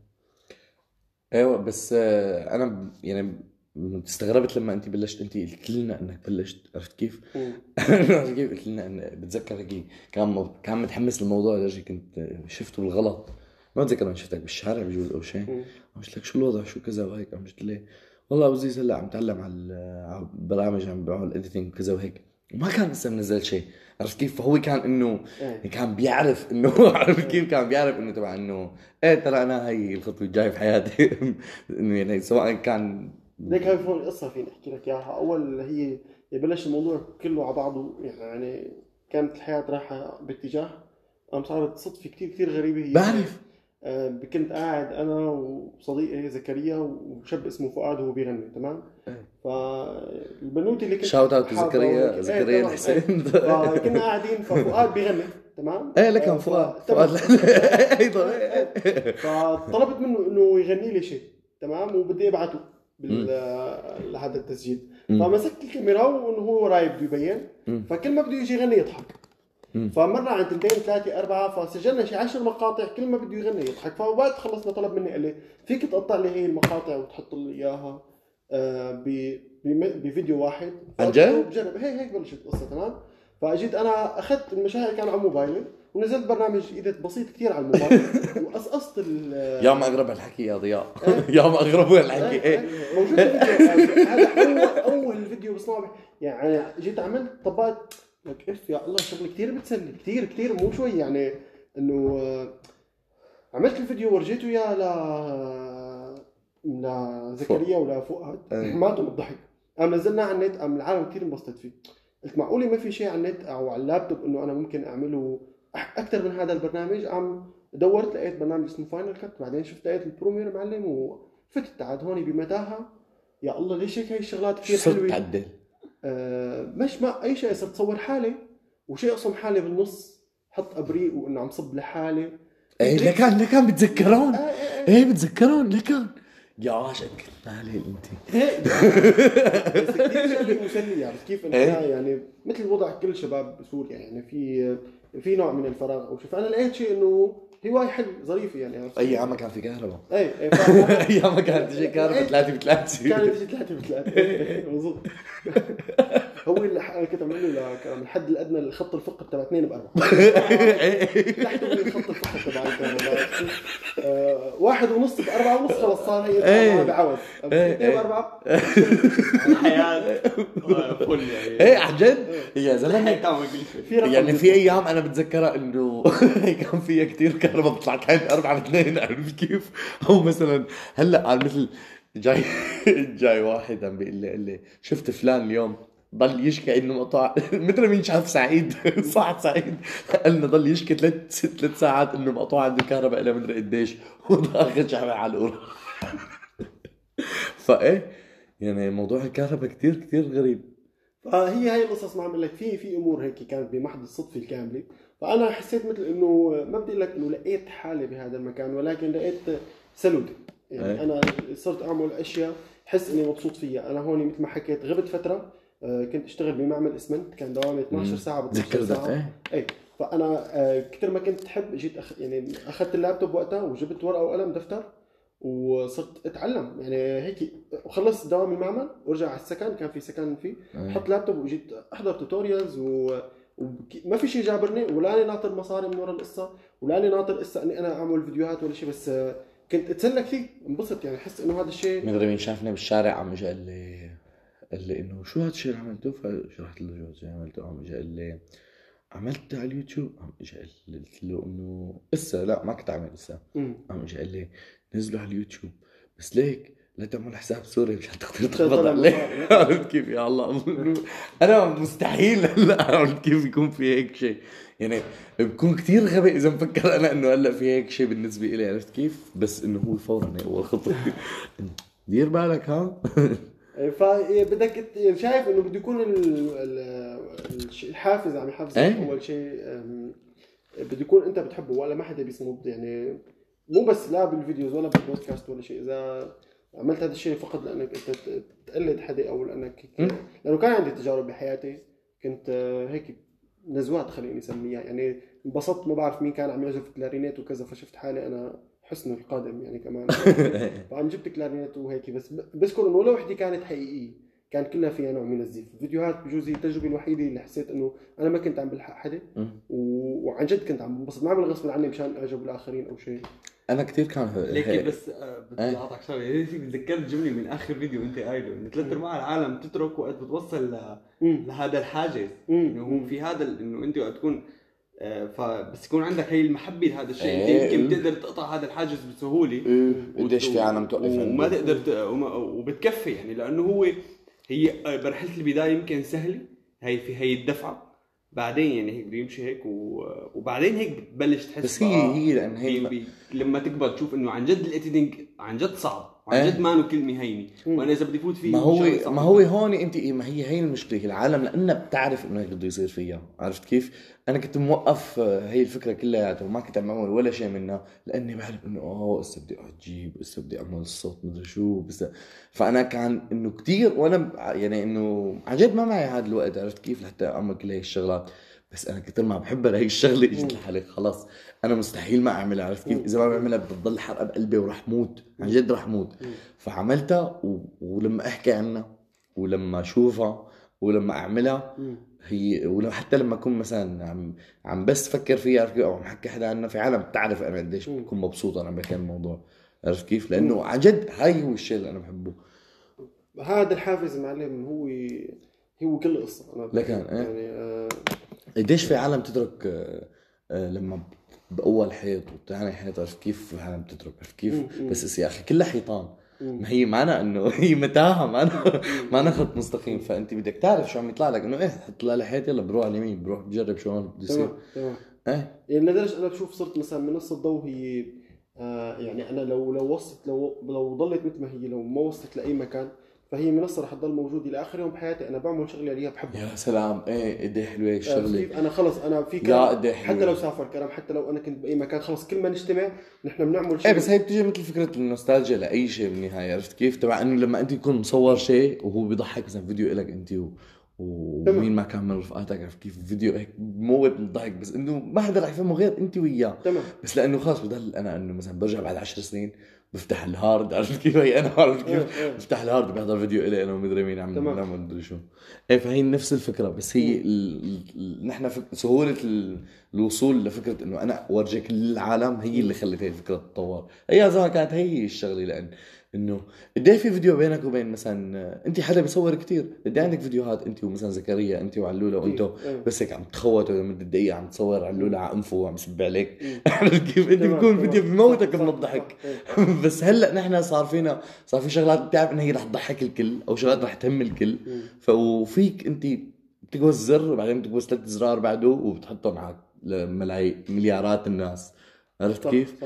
ايوه بس آه، انا ب- يعني م- استغربت لما انت بلشت انت قلت لنا انك بلشت عرفت كيف؟ عرفت كيف قلت لنا ان بتذكر هيك كان كان متحمس للموضوع لجي كنت شفته بالغلط ما بتذكر انا شفتك بالشارع بجوز او شيء قلت لك شو الوضع شو كذا وهيك قام قلت لي والله ابو زيز هلا عم تعلم على ال- على البرامج عم بعمل اديتنج وكذا وهيك وما كان لسه منزل شيء عرفت كيف فهو كان انه إيه. كان بيعرف انه عرفت كيف كان بيعرف انه تبع انه ايه ترى انا هي الخطوه الجايه في حياتي. انه يعني سواء كان ليك هاي فون القصة فيني أحكي لك إياها أول هي يبلش الموضوع كله على بعضه يعني كانت الحياة رايحة باتجاه قام صارت صدفة كتير كتير غريبة هي بعرف آه كنت قاعد أنا وصديقي زكريا وشاب اسمه فؤاد وهو بيغني تمام إيه. فالبنوتي اللي كنت شاوت اوت حابة زكريا وهيك- إيه، زكريا تمام، الحسين. إيه. فكنا قاعدين ففؤاد بيغني تمام ايه لكن آه، فؤاد ف- تمام. فؤاد ايضا فطلبت منه انه يغني لي شيء تمام وبدي ابعته بال لهذا التسجيل فمسكت الكاميرا وانه هو وراي بده يبين فكل ما بده يجي يغني يضحك فمرة عن تنتين ثلاثة أربعة فسجلنا شي عشر مقاطع كل ما بده يغني يضحك فوقت خلصنا طلب مني قال لي فيك تقطع لي هي المقاطع وتحط لي إياها آه ب بفيديو واحد عن جد؟ بجرب هي هيك بلشت القصة تمام فأجيت أنا أخذت المشاهد كان على موبايلي ونزلت برنامج إيديت بسيط كتير على الموبايل وقصقصت ال يا ما اغرب هالحكي يا ضياء. يا ما اغرب هالحكي ايه موجود الفيديو هذا اول اول فيديو بصنعه يعني جيت عملت طبقت لك اف يا الله شغله كثير بتسلي كثير كثير مو شوي يعني انه آه، عملت الفيديو ورجيته اياه ل لزكريا ولا فؤاد ماتوا من الضحك قام نزلناه على النت قام العالم كثير انبسطت فيه قلت معقوله ما في شيء على النت او على اللابتوب انه انا ممكن اعمله اكثر من هذا البرنامج قام دورت لقيت برنامج اسمه فاينل كات بعدين شفت لقيت البرومير معلم وفتت عاد هون بمتاهه يا الله ليش هيك هاي الشغلات كثير صرت حلوه تعدل آه مش ما اي شيء صرت اصور حالي وشيء اقسم حالي بالنص حط ابريق وانه عم صب لحالي ايه لكان لكان بتذكرون آه آه آه. ايه بتذكرون لكان يا شكل عليه انت بس كثير شغله مسلي يعني كيف انت إيه؟ يعني مثل وضع كل شباب سوريا يعني في في نوع من الفراغ او شوف انا لقيت شيء انه هواية حلو ظريفة يعني ايام ما كان في كهرباء اي اي ايام ما كانت تجي كهرباء ثلاثة بثلاثة كانت تجي ثلاثة بثلاثة مظبوط هو اللي ح- كنت عامل له كان الحد الادنى الخط الفقر تبع اثنين باربعة تحت من الخط الفقر تبع الكهرباء آه، واحد ونص بأربعة ونص خلص صار هي بعوض اثنين بأربعة الحياة فل يعني ايه عن جد يا زلمه تعمل في رقم يعني في ايام انا بتذكرها انه كان فيها كتير كهرباء بتطلع كانت أربعة باثنين عرفت كيف او مثلا هلا على مثل جاي جاي واحد عم بيقول لي قال لي شفت فلان اليوم ضل يشكي انه مقطوع مثل مين شاف سعيد صعد سعيد قال لنا ضل يشكي ثلاث ثلاث ساعات انه مقطوع عنده كهرباء الى مدري قديش وضاخذ شعبي على القرى. فايه يعني موضوع الكهرباء كتير كتير غريب فهي هاي القصص ما عم اقول لك في في امور هيك كانت بمحض الصدفه الكامله. فانا حسيت مثل انه ما بدي اقول لك انه لقيت حالي بهذا المكان، ولكن لقيت سلوتي. يعني أي. انا صرت اعمل اشياء حس اني مبسوط فيها. انا هون مثل ما حكيت غبت فتره، آه، كنت اشتغل بمعمل اسمنت كان دوامي اثنعش ساعه ب اثنعش ساعه. ايه اي فانا آه، كثر ما كنت احب جيت أخ... يعني اخذت اللابتوب وقتها وجبت ورقه وقلم دفتر وصرت اتعلم يعني هيك. وخلصت دوام المعمل ورجع على السكن، كان في سكن فيه، حط لابتوب وجيت احضر توتوريالز و... وما في شيء جابرني، ولا انا ناطر مصاري من ورا القصه، ولا انا ناطر قصه اني انا اعمل فيديوهات ولا شيء. بس آه، كنت اتسلى كثير، انبسط يعني، احس انه هذا الشيء. مدري مين شافني بالشارع عم اجى قال لي قال لي انه شو هذا الشيء اللي عملته، فشرحت له شو عملته. عم اجى قال لي عملت على اليوتيوب. عم اجى قال لي قلت له انه لسه لا ما كنت عامل لسه. عم اجى قال لي نزله على اليوتيوب بس ليك لا تعمل حساب سوري مش حتقدر تقبض عليه. عرفت كيف يا الله. انا مستحيل هلا عرفت كيف يكون في هيك شيء. يعني بكون كتير غبي اذا مفكر انا انه هلا في هيك شيء بالنسبه لي. عرفت كيف؟ بس انه هو فورا اول خطوه دير بالك ها. فبدك شايف انه بده يكون الحافز عم يحفزك. ايه؟ اول شيء بده يكون انت بتحبه ولا ما حدا بيصمد، يعني مو بس لا بالفيديوز ولا بالبودكاست ولا شيء. اذا عملت هذا الشيء فقط لانك انت تقلد حدا او لانك لانه كان عندي تجارب بحياتي كنت هيك نزوات خليني اسميها، يعني انبسطت ما بعرف مين كان عم يعزف كلارينيت وكذا، فشفت حالي انا حسن القادم يعني كمان. فعم جبت كلارينيت وهيك. بس بذكر انه ولا وحده كانت حقيقيه، كان كلها فيها نوع من الزيف. فيديوهات بجوز هي التجربه الوحيده اللي حسيت انه انا ما كنت عم بلحق حدا، وعن جد كنت عم بنبسط، ما عم غصب عني مشان اعجب الاخرين او شيء. انا كثير كان ليك بس آه بدي اقاطعك شغله. يعني تذكرت جمله من اخر فيديو انت قايله انه ثلاث ارباع العالم تترك وقت بتوصل ل... لهذا الحاجز. انه هو في هذا انه انت وقت تكون آه فبس يكون عندك هي المحبه لهذا الشيء ايه انت يمكن تقدر تقطع هذا الحاجز بسهوله. ايه قديش في عالم توقف وما تقدر ت... وما... وبتكفي يعني، لانه هو هي برحله البدايه يمكن سهله، هي في هي الدفعه، بعدين يعني هيك بده يمشي هيك و... وبعدين هيك بتبلش تحس. بس هي هي لان هي بي... لما تكبر تشوف انه عن جد الايديتنج عن جد صعب وعن جد ما انه كلمه هينه، وانا اذا بدي فوت فيه ما هو ما هو هون انت ما هي هي المشكله. العالم لانها بتعرف انه هيك بده يصير فيها. عرفت كيف؟ انا كنت موقف هي الفكره كلها وما كنت عم اعمل ولا شيء منها، لاني بعرف انه اه هسه بدي اجيب هسه بدي اعمل الصوت مدري شو. بس فانا كان انه كتير وانا يعني انه عن جد ما معي هذا الوقت. عرفت كيف؟ لحتى اعمل كل هي الشغلات. بس انا كثر ما بحبها لهي الشغله اجت لحالي خلاص انا مستحيل ما اعملها. عرفت كيف؟ اذا ما بعملها بتضل حرقه بقلبي وراح موت عن جد راح موت. فعملتها و... ولما احكي عنها ولما اشوفها ولما اعملها هي ولو حتى لما اكون مثلا عم عم بس فكر فيها عرفت كيف؟ او عم حكي حدا عنها في عالم بتعرف انا قديش بكون مبسوط انا بحكي عن الموضوع. عرفت كيف؟ لانه عن جد هاي هو الشيء اللي انا بحبه. هذا الحافز معلم هو هو كل قصه. انا لكن يعني آه قديش في عالم تترك آه آه لما باول حيط وثاني حيط. عرفت كيف؟ في عالم تترك. عرفت كيف؟ بس يا اخي كلها حيطان. ما هي معنا انه هي متاهه معنا معنا خط مستقيم. فانت بدك تعرف شو عم يطلع لك. انه ايه حط لها حيط يلا بروح على اليمين بروح بجرب شو هون بده يصير. تمام ايه يعني لدرجه انا بشوف صرت مثلا منصه ضوء هي آه يعني انا لو لو وصلت لو لو ضلت مثل ما هي لو ما وصلت لاي مكان فهي منصه رح تضل موجوده لاخر يوم بحياتي. انا بعمل شغله عليها بحبها. يا سلام. ايه قد ايه حلوه الشغله. انا خلص انا في كرم حتى لو سافر كرم حتى لو انا كنت باي مكان خلص كل ما نجتمع نحن بنعمل شيء. ايه بس هي بتيجي مثل فكره النوستالجيا لاي شيء بالنهايه. عرفت كيف؟ تبع انه لما انت تكون مصور شيء وهو بيضحك مثلا فيديو لك انت و... ومين ما كان من رفقاتك. عرفت كيف؟ فيديو هيك بموت من الضحك بس انه ما حدا رح يفهمه غير انت وياه. تمام. بس لانه خلاص بضل انا انه مثلا برجع بعد عشر سنين بفتح الهارد. عرفت كيف؟ هي انا عرفت كيف؟ بفتح الهارد بحضر فيديو الي انا ومدري مين عم نعمل مدري شو. ايه فهي نفس الفكره. بس هي ال... ال... نحن فك... سهوله ال... الوصول لفكره انه انا اورجيك للعالم هي اللي خلت هي الفكره تتطور. هي زمان كانت هي الشغله. لان انه قد في فيديو بينك وبين مثلا انت حدا بيصور كتير قد عندك فيديوهات انت ومثلا زكريا انت وعلوله وانتو بس هيك عم تخوتوا لمده دقيقه عم تصور علوله على انفه وعم يسب عليك. كيف انت بيكون فيديو بموتك من الضحك. بس هلا نحن صار فينا صار في شغلات بتعرف انها هي رح تضحك الكل او شغلات رح تهم الكل. فوفيك انت بتقوس زر وبعدين بتقوس ثلاث زرار بعده وبتحطهم على ملايين مليارات الناس. عرفت كيف؟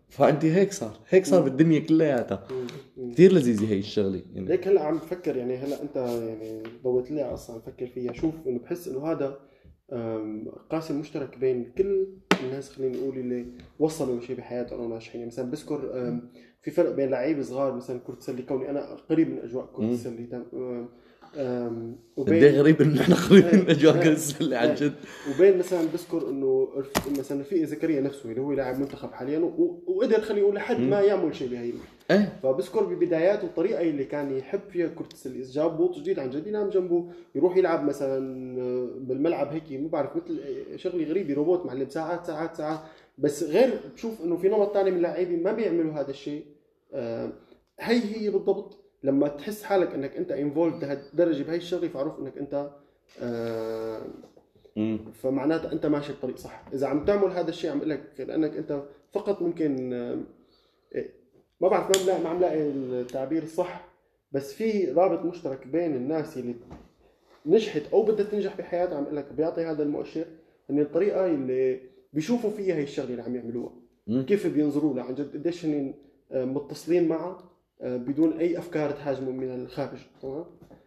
فانت هيك صار هيك صار بالدنيا كلياتها. كثير لذيذه هي الشغله يعني. ليك هلا عم بفكر يعني هلا انت يعني ضويت لي اصلا عم بفكر فيها. شوف انه بحس انه هذا قاسم مشترك بين كل الناس خلينا نقول اللي وصلوا لشيء بحياتهم او ناجحين. يعني مثلا بذكر في فرق بين لعيبه صغار مثلا كرة السله، كوني انا قريب من اجواء كرة السله وبين قد غريب انه احنا قريب من اجواء كرة السله عن جد. وبين مثلا بذكر انه مثلا رفيق زكريا نفسه اللي هو لاعب منتخب حاليا وقدر خلينا نقول لحد ما يعمل شيء بهي ايه. فبذكر ببداياته الطريقه اللي كان يحب فيها كرة السله، اذا جاب بوط جديد عن جد ينام جنبه يروح يلعب مثلا بالملعب هيك ما بعرف مثل شغله غريبه روبوت معلم ساعات ساعات ساعات. بس غير بشوف انه في نمط ثاني من اللاعبين ما بيعملوا هذا الشيء. آه هي هي بالضبط لما تحس حالك انك انت انفولد لهالدرجه بهي الشغله فعرف انك انت آه فمعناته انت ماشي بطريق صح. اذا عم تعمل هذا الشيء عم اقول لك لانك انت فقط ممكن آه ما بعرف ما بلاقي ما عم لاقي التعبير الصح، بس في رابط مشترك بين الناس اللي نجحت او بدها تنجح بحياتها عم اقول لك بيعطي هذا المؤشر ان الطريقه اللي بيشوفوا فيها هي الشغله اللي عم يعملوها كيف بينظروا لها عن جد قديش هن متصلين معها بدون اي افكار تهاجموا من الخارج. تمام.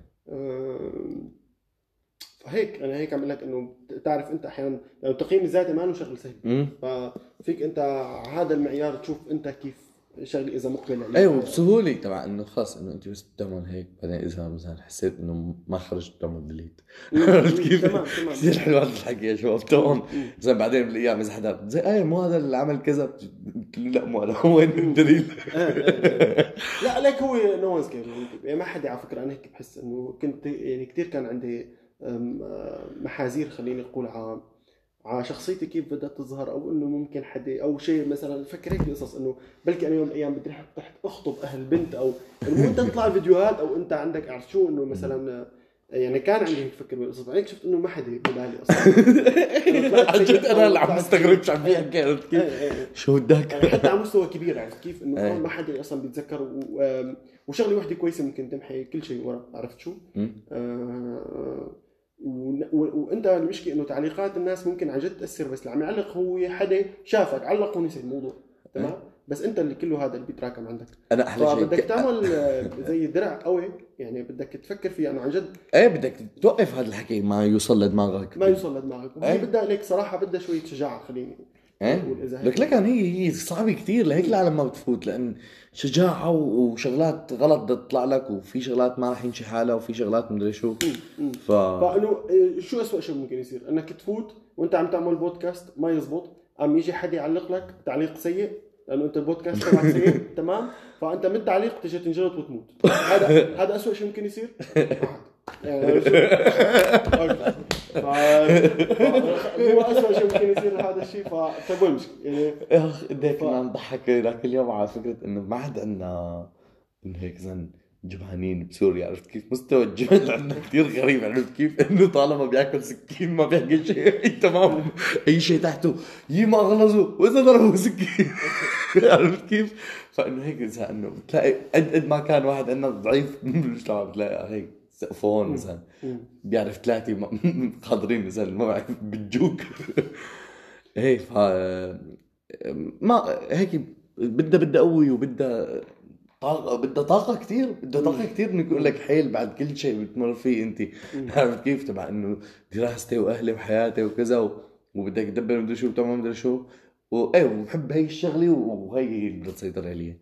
فهيك انا هيك عم لك انه تعرف انت احيانا يعني التقييم الذاتي ما له شغل سهل، ففيك انت هذا المعيار تشوف انت كيف شغلي اذا مقبل عليه. ايوه بسهوله تبع انه خلص انه انت بس بتعمل هيك بعدين اذا مثلا حسيت انه ما خرجت بتعمل ديليت. كيف تمام تمام كثير حلو هذا الحكي يا شباب. تمام. زين بعدين بالايام اذا حدا زي اي مو هذا اللي عمل كذا قلت له لا مو هذا وين الدليل. لا لك هو نو وانز كير يعني ما حدا على فكره. انا هيك بحس انه كنت يعني كثير كان عندي محاذير خليني اقول على على شخصيتي كيف بدها تظهر او انه ممكن حدا او شيء مثلا فكر هيك قصص انه بلكي انا يوم من الايام بدي رح اخطب اهل بنت او انه انت تطلع فيديوهات او انت عندك عرفت شو انه مثلا يعني كان عندي هيك فكر بالقصص. بعدين شفت انه ما حدا ببالي اصلا. عن جد انا اللي عم بستغرب شو عم بيحكي كيف شو بدك يعني حتى على مستوى كبير عرفت كيف انه ما حدا اصلا بيتذكر وشغله وحده كويسه ممكن تمحي كل شيء ورا عرفت شو. وانت المشكله انه تعليقات الناس ممكن عن جد تاثر بس اللي عم يعلق هو حدا شافك علق ونسي الموضوع. تمام. بس انت اللي كله هذا اللي بيتراكم عندك. انا احلى شيء بدك تعمل زي درع قوي يعني بدك تفكر فيه انه عن جد ايه بدك توقف هذا الحكي ما يوصل لدماغك ما يوصل لدماغك. وهي ايه؟ بدها لك صراحه بدها شويه شجاعه خليني ايه لك لك هي هي صعبه كثير لهيك العالم ما بتفوت لان شجاعه وشغلات غلط بدها تطلع لك وفي شغلات ما راح يمشي حالها وفي شغلات مدري شو. ف فانه شو اسوء شيء ممكن يصير انك تفوت وانت عم تعمل بودكاست ما يزبط عم يجي حد يعلق لك تعليق سيء لانه انت البودكاست تبعك سيء. تمام. فانت من تعليق تجي تنجلط وتموت. هذا هذا اسوء شيء ممكن يصير. يعني هو أسوأ شيء ممكن يصير هذا الشيء. فتقول مش يعني اخ قديش كنا نضحك ذاك اليوم على فكره انه ما عاد عندنا انه هيك زين جبهانين بسوريا عرفت كيف مستوى الجبل عندنا كثير غريب عرفت كيف انه طالما بياكل سكين ما بيحكي شيء تمام اي شيء تحته يما غلظوا واذا ضربوا سكين عرفت كيف. فانه هيك اذا انه بتلاقي قد قد ما كان واحد عندنا ضعيف بالمجتمع بتلاقي هيك سقفون مثلا بيعرف ثلاثة قادرين مثلا ما بعرف بالجوك هي ف ما هيك بدها بدها قوي وبدها طاقة بدها طاقة كتير بدها طاقة كتير انه يقول لك حيل بعد كل شيء بتمر فيه انت عارف كيف تبع انه دراستي واهلي وحياتي وكذا وبدك تدبر مدري شو وتعمل مدري شو وايه وبحب هي الشغلة وهي اللي بدها تسيطر عليها.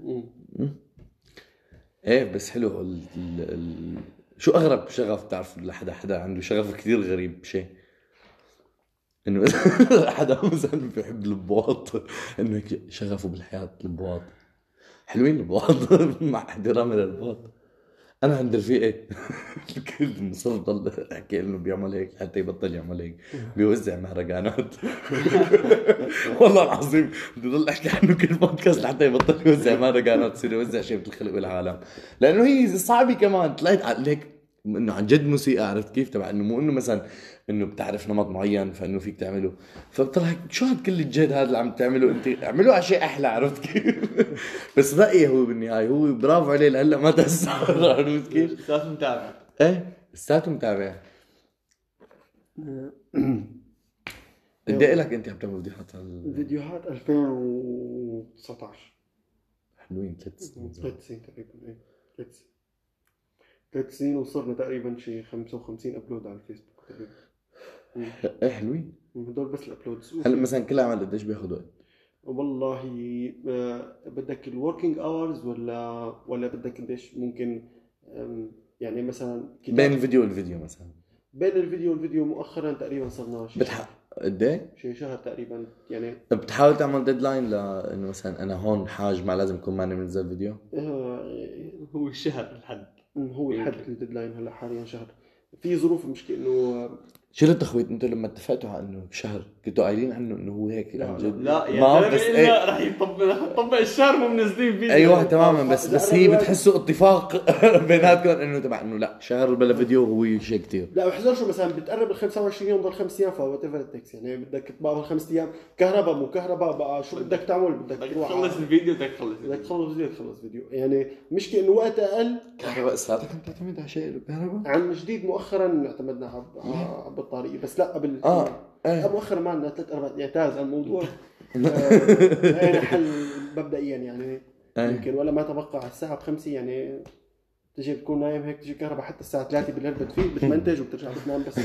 ايه بس حلو ال ال ال شو اغرب شغف بتعرف لحدا حدا عنده شغف كثير غريب شيء انه حدا مثلا بيحب البواط انه شغفه بالحياة البواط حلوين البواط مع احترامي للبواط. انا عند رفيقي الكل مصر ضل احكي انه بيعمل هيك حتى يبطل يعمل هيك بيوزع مهرجانات والله العظيم بدي ضل احكي عنه كل بودكاست لحتى يبطل يوزع مهرجانات يصير يوزع شيء بالخلق والعالم لانه هي صعبه كمان طلعت عليك انه عن جد موسيقى عرفت كيف تبع انه مو انه مثلا انه بتعرف نمط معين فانه فيك تعمله فبطلع شو هاد كل الجهد هذا اللي عم تعمله انت اعملوا على شيء احلى عرفت كيف. بس رايي هو بالنهايه هو برافو عليه لهلا ما تاثر عرفت كيف. استاذ متابع ايه استاذ متابع قد ايه لك انت عم تعمل فيديوهات هال فيديوهات ألفين وتسعطعش. حلوين ثلاث سنين ثلاث سنين تقريبا. ايه ثلاث سنين ثلاث سنين وصرنا تقريبا شي خمسة وخمسين ابلود على الفيسبوك تقريبا. ايه حلوين هدول بس الابلودز. هلا مثلا كل عمل قديش بياخذ وقت؟ والله آه، بدك الوركينج اورز ولا ولا بدك قديش ممكن آم، يعني مثلا كتاب- بين الفيديو والفيديو مثلا بين الفيديو والفيديو مؤخرا تقريبا صرنا شيء بتح... قد ايه؟ شيء شهر تقريبا يعني. بتحاول تعمل ديدلاين لانه مثلا انا هون حاج ما لازم يكون ماني منزل فيديو؟ آه، هو الشهر الحد. هو الحد الديدلاين هلا حاليا شهر. في ظروف مشكلة انه شو التخويت انتوا لما اتفقتوا على انه شهر كنتوا قايلين عنه انه هو هيك لا، عن جد؟ لا يا ما زلمه بس الا ايه رح يطبق طبق الشهر مو منزلين فيديو. ايوه تماما بس إذا بس أنا هي الواحد- بتحسوا اتفاق بيناتكم انه تبع انه لا شهر بلا فيديو هو شيء كتير. لا بحذر شو مثلا بتقرب ال خمسة وعشرين يوم ضل خمس ايام فوات ايفر التكس يعني بدك تبقى بالخمس ايام كهرباء مو كهرباء بقى شو بدك تعمل بدك بدك تروح تخلص الفيديو بدك تخلص بدك تخلص فيديو تخلص فيديو يعني مشكلة انه وقت اقل. كهرباء ساعتك كنت تعتمد على شيء الكهرباء؟ عن جديد مؤخرا اعتمدنا على على البطارية بس لا قبل اه ايه مؤخرا ما عندنا ثلاث اربع اعتاز الموضوع. آه، حل مبدئيا يعني يمكن ولا ما تبقى على الساعة بخمسة يعني تجي بتكون نايم هيك تجي كهرباء حتى الساعة ثلاثة بالليل بتفيق بتمنتج وبترجع بتنام بس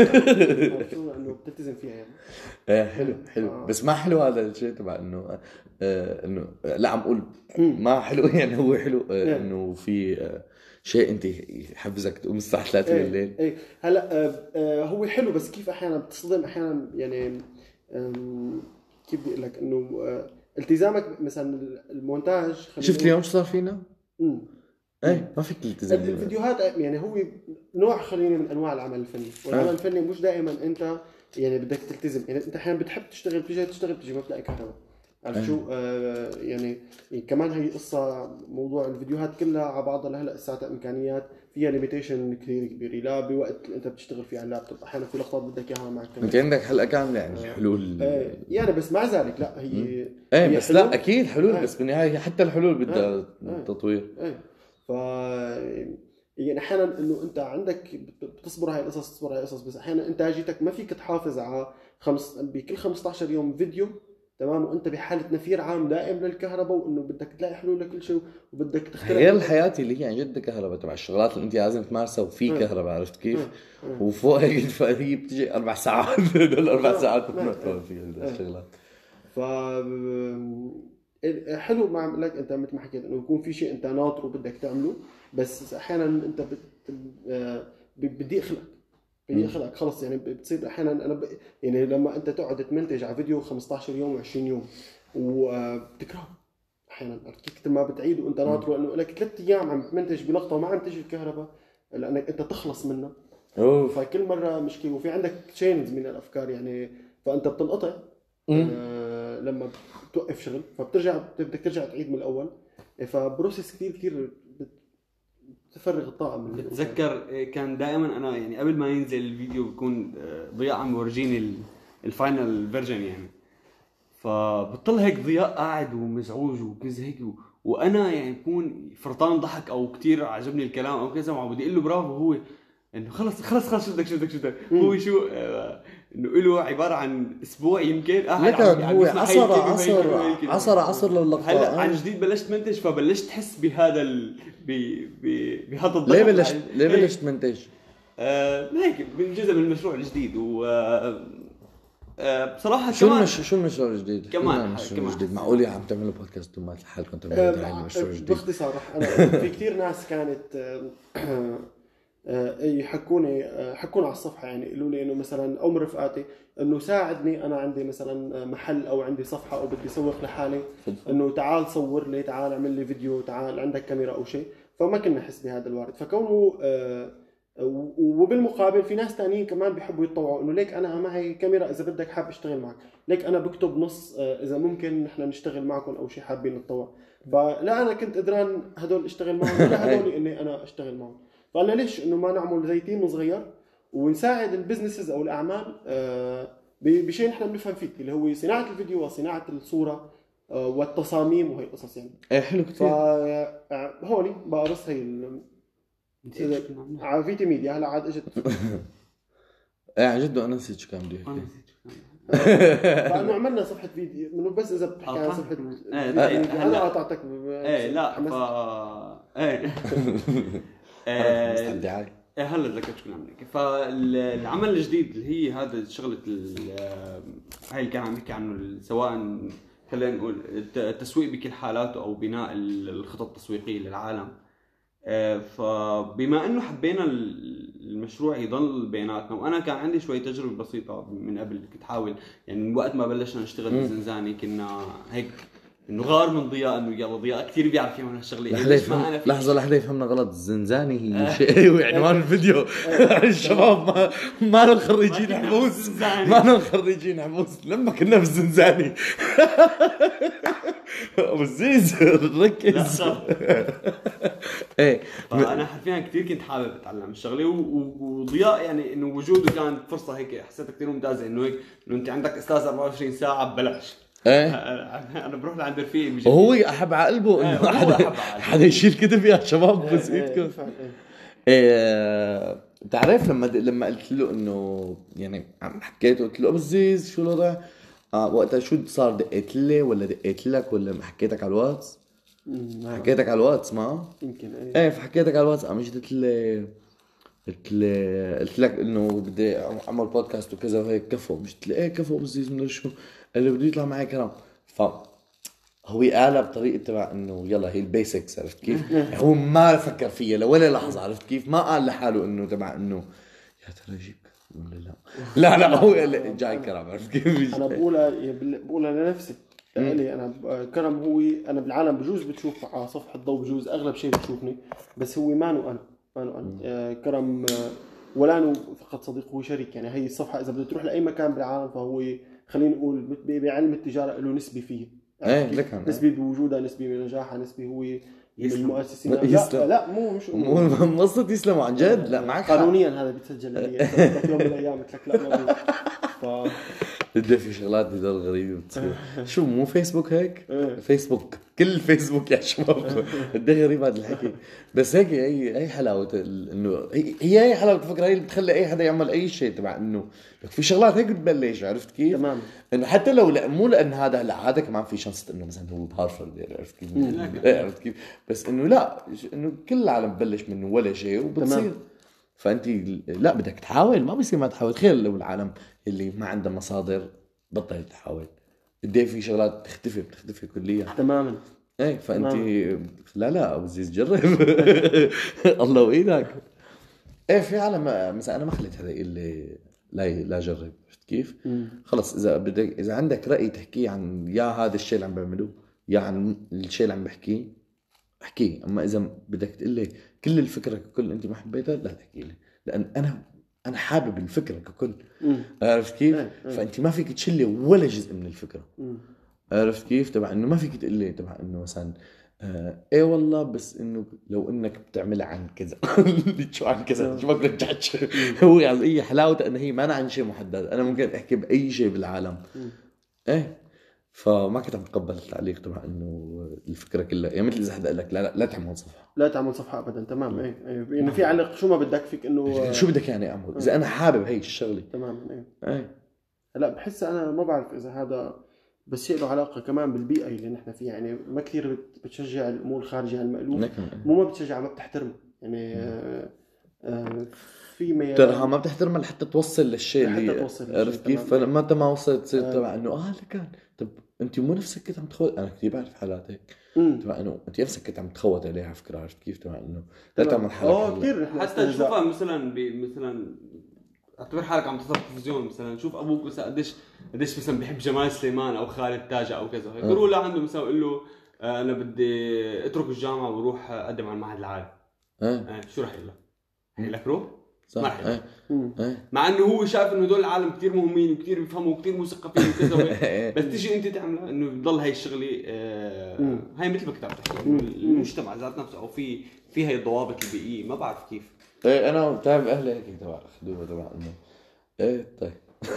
شو انه بتلتزم فيها يعني. ايه حلو حلو آه. بس ما حلو هذا الشيء تبع انه آه انه لا عم اقول ما حلو يعني هو حلو آه انه في آه شيء انت يحفزك تقوم الساعه ثلاثة ايه بالليل. ايه هلا آه آه هو حلو بس كيف احيانا بتصدم احيانا يعني آم، كيف بدي اقول لك انه آه التزامك مثلا المونتاج خلينا شفت نقول- اليوم شو صار فينا؟ مم. ايه ما فيك تلتزم. الفيديوهات يعني هو نوع خليني من انواع العمل الفني والعمل آه. الفني مش دائما انت يعني بدك تلتزم يعني انت احيانا بتحب تشتغل بتيجي تشتغل بتيجي ما بتلاقي كهرباء عرفت آه. شو آه يعني, يعني كمان هي قصه موضوع الفيديوهات كلها على بعضها لهلا ساعتها امكانيات فيها ليميتيشن كثير كبير لا بوقت انت بتشتغل فيه على اللابتوب احيانا في لقطات بدك اياها معك كمان انت عندك حلقه كامله يعني حلول آه يعني بس مع ذلك لا هي ايه هي بس حلول. لا اكيد حلول آه. بس بالنهايه حتى الحلول بدها آه. آه. تطوير. ايه ف يعني احيانا انه انت عندك بتصبر هاي القصص تصبر هاي القصص بس احيانا انتاجيتك ما فيك تحافظ على خمس بكل خمسة عشر يوم فيديو تمام وانت بحاله نفير عام دائم للكهرباء وانه بدك تلاقي حلول لكل شيء وبدك تخترع غير الحياه اللي هي عن جد كهرباء تبع الشغلات اللي انت لازم تمارسها وفي آه. كهرباء عرفت كيف؟ آه. آه. وفوق هيك هي بتجي اربع ساعات هدول اربع آه. ساعات آه. بتنطوا فيها الشغلات. ف حلو مع لك انت مثل ما حكيت انه يكون في شيء انت ناطره بدك تعمله بس احيانا انت بت... آه، بضيق خلقك بضيق خلقك خلص يعني بتصير احيانا انا ب... يعني لما انت تقعد تمنتج على فيديو خمسة عشر يوم وعشرين يوم وبتكرهه احيانا كثر ما بتعيد وانت ناطره انه لك ثلاث ايام عم تمنتج بلقطه وما عم تجي الكهرباء لانك انت تخلص منها اوه فكل مره مشكله وفي عندك تشينز من الافكار يعني فانت بتنقطع آه لما بتوقف شغل فبترجع بدك ترجع تعيد من الاول فبروسيس كثير كثير بتفرغ الطاقه من بتذكر كان دائما انا يعني قبل ما ينزل الفيديو بكون ضياء عم يورجيني الفاينل فيرجن يعني فبطل هيك ضياء قاعد ومزعوج وكذا هيك و... وانا يعني بكون فرطان ضحك او كتير عجبني الكلام او كذا وعم بدي اقول له برافو هو انه خلص خلص خلص شو بدك شو بدك شو بدك هو شو آه انه له عباره عن اسبوع يمكن لكن هو عصر عصر عصر عصر للقطه هلا عن جديد بلشت منتج فبلشت تحس بهذا ال... ب... ب... بهذا الضغط. ليه بلشت ليه بلشت منتج؟ آه هيك من جزء من المشروع الجديد و آه آه بصراحه شو كمان المش... شو المشروع الجديد؟ كمان المشروع الجديد معقول يا عم تعملوا بودكاست وما حالكم تعملوا دعايه مشروع جديد؟ باختصار انا في كثير ناس كانت يحكوني حكونا على الصفحه يعني يقولوا لي انه مثلا او من رفقاتي انه ساعدني انا عندي مثلا محل او عندي صفحه او بدي اسوق لحالي انه تعال صور لي تعال اعمل لي فيديو تعال عندك كاميرا او شيء فما كنا نحس بهذا الوارد فكونه وبالمقابل في ناس تانيين كمان بيحبوا يتطوعوا انه ليك انا معي كاميرا اذا بدك حاب اشتغل معك ليك انا بكتب نص اذا ممكن نحن نشتغل معكم او شيء حابين نتطوع فلا انا كنت قدران هدول اشتغل معهم ولا هدول اني انا اشتغل معهم فقالنا ليش انه ما نعمل زي تيم صغير ونساعد البزنسز او الاعمال بشيء نحن بنفهم فيه اللي هو صناعه الفيديو وصناعه الصوره والتصاميم وهي القصص يعني ايه حلو كثير فهوني بقى بس هي على فيتي ميديا هلا عاد اجت ايه عن جد انا نسيت شو كان بدي انا احكي نسيت فانه عملنا صفحه فيديو منه، بس اذا بتحكي عن صفحه انا قاطعتك. ايه لا ف ايه ايه الدعايه ايه هلا ذكرت شو عم نحكي. فالعمل الجديد اللي هي هذا شغله هاي اللي كان عم نحكي عنه، سواء خلينا نقول التسويق بكل حالاته او بناء الخطط التسويقيه للعالم. فبما انه حبينا المشروع يضل بيناتنا، وانا كان عندي شوي تجربه بسيطه من قبل، كنت حاول يعني من وقت ما بلشنا نشتغل بالزنزاني كنا هيك انه غار من ضياء، انه يلا ضياء كثير بيعرف يعمل هالشغله. ليش ما انا لحظه لحظه يفهمنا غلط، الزنزاني هي شيء عنوان الفيديو. الشباب ما ما لهم خريجين حموس، ما لهم خريجين حموس لما كنا بالزنزاني. ابو الزيز ركز. ايه انا حرفيا كثير كنت حابب اتعلم الشغله، وضياء يعني انه وجوده كان فرصه هيك حسيتها كثير ممتازه، انه هيك انه انت عندك استاذ أربعة وعشرين ساعه ببلاش. ايه انا بروح لعند رفيق وهو احب على قلبه انه حدا حدا يشيل كتب يا شباب بس ايدكم. ايه بتعرف لما لما قلت له انه يعني عم حكيت قلت له ابو الزيز شو الوضع، اه وقتها شو صار، دقيت لي ولا دقيت لك ولا حكيتك على الواتس؟ حكيتك على الواتس ما يمكن ايه ايه فحكيتك على الواتس. قام قلت لي قلت لي قلت لك انه بدي اعمل بودكاست وكذا وهيك، كفو قلت لي ايه كفو ابو الزيز من شو اللي بده يطلع معي كلام. ف هو قالها بطريقه تبع انه يلا هي البيسكس، عرفت كيف؟ هو ما فكر فيها لولا لحظه، عرفت كيف؟ ما قال لحاله انه تبع انه يا ترى اجيب ولا لا لا لا هو جاي كرم، عرفت كيف؟ انا بقولها بقولها لنفسي لي انا كرم هو انا بالعالم بجوز بتشوف على صفحه ضوء، بجوز اغلب شيء بتشوفني، بس هو مانو انا مانو انا كرم ولا انه فقط صديق، هو شريك. يعني هي الصفحه اذا بدك تروح لاي مكان بالعالم فهو خلينا نقول بعلم التجاره له نسبه فيه، ايه لكن نسبه بوجودها، نسبه بنجاحها، نسبه هو من المؤسسين. لا يسلم. لا مو مش مو قصه يسلموا عن جد، لا معك قانونيا هذا بيتسجل لي يوم من الايام قلت لك لا ما ف بدي في شغلات هدول غريبه بتصير. شو مو فيسبوك هيك؟ فيسبوك كل فيسبوك يا شباب. قد ايه غريب هذا الحكي، بس هيك هي هي حلاوه انه هي هي حلاوه الفكره، هي اللي بتخلي اي حدا يعمل اي شيء تبع انه في شغلات هيك بتبلش، عرفت كيف؟ تمام. انه حتى لو لا مو لان هذا هلا هذا كمان في شانس انه مثلا هو بهارفرد، عرفت كيف؟ عرفت كيف؟ بس انه لا انه كل العالم ببلش منه ولا شيء وبتصير. فانت لا بدك تحاول، ما بيصير ما تحاول. تخيل لو العالم اللي ما عنده مصادر بطل تحاول، قد في شغلات تختفي بتختفي كليا تماما. ايه فانت تمام. لا لا ابو زيز جرب. الله وايدك. ايه في عالم مثلا انا ما خليت هذا اللي لا لا جرب، عرفت كيف؟ خلص اذا بدك اذا عندك راي تحكيه عن يا هذا الشيء اللي عم بعمله يا عن الشيء اللي عم بحكيه احكيه، اما اذا بدك تقول لي كل الفكره ككل انت ما حبيتها لا تحكي لي، لان انا انا حابب الفكره ككل، عرفت كيف؟ مم. فانت ما فيك تشلي ولا جزء من الفكره، مم. عرفت كيف؟ تبع انه ما فيك تقول لي تبع انه مثلا آه ايه والله بس انه لو انك بتعملها عن كذا شو عن كذا شو بدك تحكي. هو يعني اي حلاوته انه هي ما أنا عن شيء محدد، انا ممكن احكي باي شيء بالعالم. مم. ايه فما كنت عم تقبل التعليق تبع انه الفكره كلها يعني مثل اذا حدا قال لك لا لا لا تعمل صفحه لا تعمل صفحه ابدا. تمام. ايه ايه انه في علق شو ما بدك فيك انه شو بدك يعني اعمل اذا انا حابب هي الشغله. تمام. ايه ايه لا بحس انا ما بعرف اذا هذا بس شيء له علاقه كمان بالبيئه اللي نحن فيها، يعني ما كثير بتشجع الامور الخارجيه عن المألوف، مو ما بتشجع ما بتحترم يعني آه آه في ميال ترى ما بتحترمها لحتى توصل للشيء اللي عرفت كيف. فلما انت ما وصلت تصير آه. تبع انه اه لكان طب انت مو نفسك كنت عم تخوت. انا كثير بعرف حالات هيك تبع انه انت نفسك كنت عم تخوت عليها فكره، عرفت كيف؟ تبع انه لا تعمل حالك اه كثير حتى تشوفها مثلا مثلا اعتبر حالك عم تحضر تلفزيون مثلا، شوف ابوك مثلا قديش قديش مثلا بيحب جمال سليمان او خالد تاجة او كذا، يقولوا له عنده مثلا يقول له انا بدي اترك الجامعه واروح اقدم على المعهد العالي. اه شو راح يقول لك؟ يقول لك روح ما راح يقول. مع انه هو شايف انه هدول العالم كثير مهمين وكثير بيفهموا وكثير مثقفين وكذا، بس تيجي انت تعملها انه بضل هاي الشغله آه هاي مثل ما كنت عم تحكي المجتمع ذات نفسه او في في هاي الضوابط البيئيه ما بعرف كيف. ايه انا بتعرف اهلي هيك تبع اخذوها تبع انه ايه طيب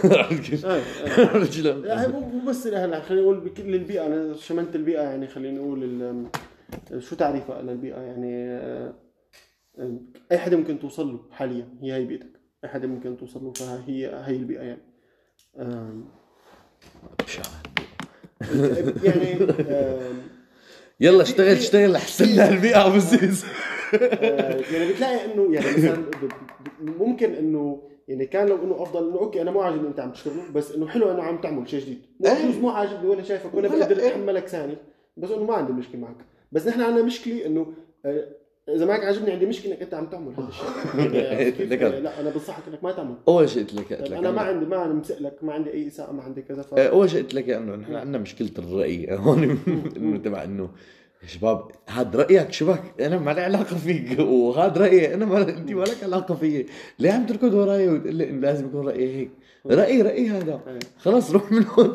لا مو بس الاهل، خلينا نقول بكل البيئه. انا شملت البيئه يعني خلينا نقول شو تعريفها للبيئه يعني اي حدا ممكن توصل له حاليا، هي هي بيئتك، اي حدا ممكن توصل له، فهي هي البيئه يعني. يعني آم، يلا اشتغل اشتغل احسن لها البيئة ابو زيز. آه، يعني بتلاقي انه يعني مثلا ب- ب- ممكن انه يعني كان لو انه افضل انه اوكي انا مو عاجبني انت عم تشتغله، بس انه حلو انه عم تعمل شيء جديد، مو إيه. بجوز مو عاجبني ولا شايفك ولا ولا بقدر إيه. اتحملك ثاني، بس انه ما عندي مشكله معك. بس نحن عندنا مشكله انه آه، اذا معك عاجبني عندي مشكله انك انت عم تعمل هذا الشيء. يعني عرفت كيف؟ لكن- آه، لا انا بنصحك انك ما تعمل. اول شيء قلت لك قلت طيب لك انا ما أنا- عندي ما انا مسألك، ما عندي اي اساءه، ما عندي كذا ف إيه، اول شيء قلت لك انه نحن عندنا مشكله الراي هون. انه تبع انه يا شباب هذا رايك شبك، انا ما لي علاقه فيك، وهذا رايي انا، ما انت ما لك علاقه فيي، ليه عم تركض وراي وتقول لي انه لازم يكون رايي هيك؟ رايي رايي هذا، خلاص روح من هون.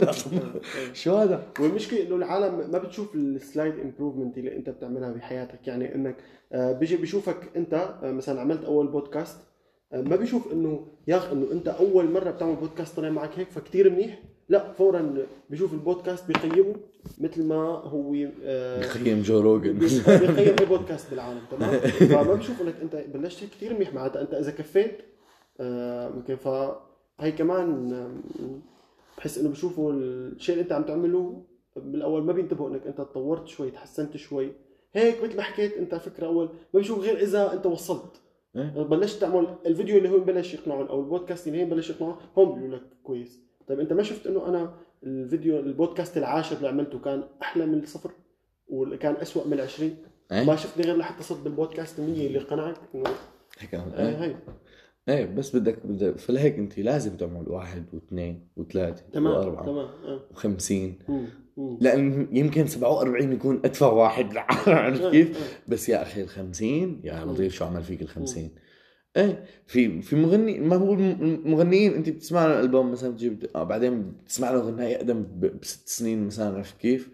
شو هذا؟ والمشكله انه العالم ما بتشوف السلايد امبروفمنت اللي انت بتعملها بحياتك. يعني انك آه، بيجي بيشوفك انت آه، مثلا عملت اول بودكاست، آه، ما بيشوف انه يا اخي انه انت اول مره بتعمل بودكاست طلع معك هيك فكتير منيح، لا فورا بيشوف البودكاست بيقيمه مثل ما هو آه، بخيم جو روجن. بيقيم اي بودكاست بالعالم. تمام. فما بشوف انك انت بلشت هيك كثير منيح، معناتها انت اذا كفيت آه، ممكن فهي كمان آه، بحس انه بشوفوا الشيء اللي انت عم تعمله بالاول ما بينتبهوا انك انت تطورت شوي، تحسنت شوي هيك مثل ما حكيت انت فكره اول، ما بشوف غير اذا انت وصلت بلشت تعمل الفيديو اللي هو ببلش يقنعهم او البودكاست اللي هي ببلش يقنعهم، هم بيقولوا لك كويس. طيب انت ما شفت انه انا الفيديو البودكاست العاشر اللي عملته كان احلى من الصفر وكان أسوأ من العشرين؟ ما شفتني غير لحتى صرت بالبودكاست المية اللي قنعك انه هيك آه هي ايه. بس بدك بدك فلهيك انت لازم تعمل واحد واثنين وثلاثة تمام واربعة تمام آه. وخمسين، مم. مم. لان يمكن سبعة وأربعين يكون ادفع واحد بالعالم. عرفت كيف؟ بس يا اخي الخمسين يا لطيف شو عمل فيك الخمسين. ايه في في مغني، ما هو المغنيين انت بتسمع له البوم مثلا تجيب آه بعدين بتسمع له غناية اقدم ب- بست سنين مثلا. عرفت كيف؟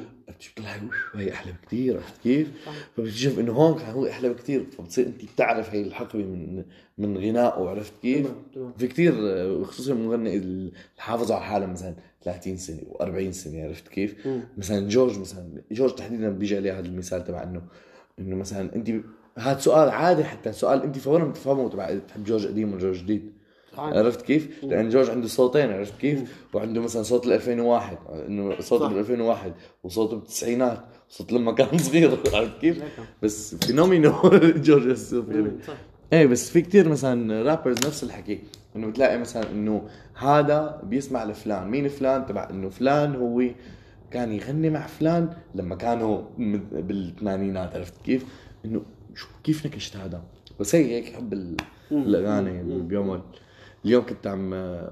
بتطلع هي احلى بكثير. عرفت كيف؟ فبتشوف انه هون كان هو احلى بكثير، فبتصير انت بتعرف هي الحقبه من من غنائه. عرفت كيف؟ تمام تمام. في كثير خصوصا المغني اللي حافظوا على حالهم مثلا ثلاثين سنه و40 سنه. عرفت كيف؟ مم. مثلا جورج مثلا جورج تحديدا بيجي عليه هذا المثال تبع انه انه مثلا انت هذا سؤال عادي، حتى سؤال انت فورا بتفهمه تبع تحب جورج قديم ولا جورج جديد. عرفت كيف؟ لان جورج عنده صوتين. عرفت كيف؟ وعنده مثلا صوت ال ألفين وواحد، انه صوته بال ألفين وواحد وصوته بالتسعينات، صوت لما كان صغير. عرفت كيف؟ بس فينومينو جورج يوسف يعني. ايه بس في كتير مثلا رابرز نفس الحكي، انه بتلاقي مثلا انه هذا بيسمع لفلان، مين فلان تبع انه فلان هو كان يغني مع فلان لما كانوا بالثمانينات. عرفت كيف؟ انه شو كيف نكشت هذا. بس هي هيك حب ال- الاغاني بيوم. اليوم كنت عم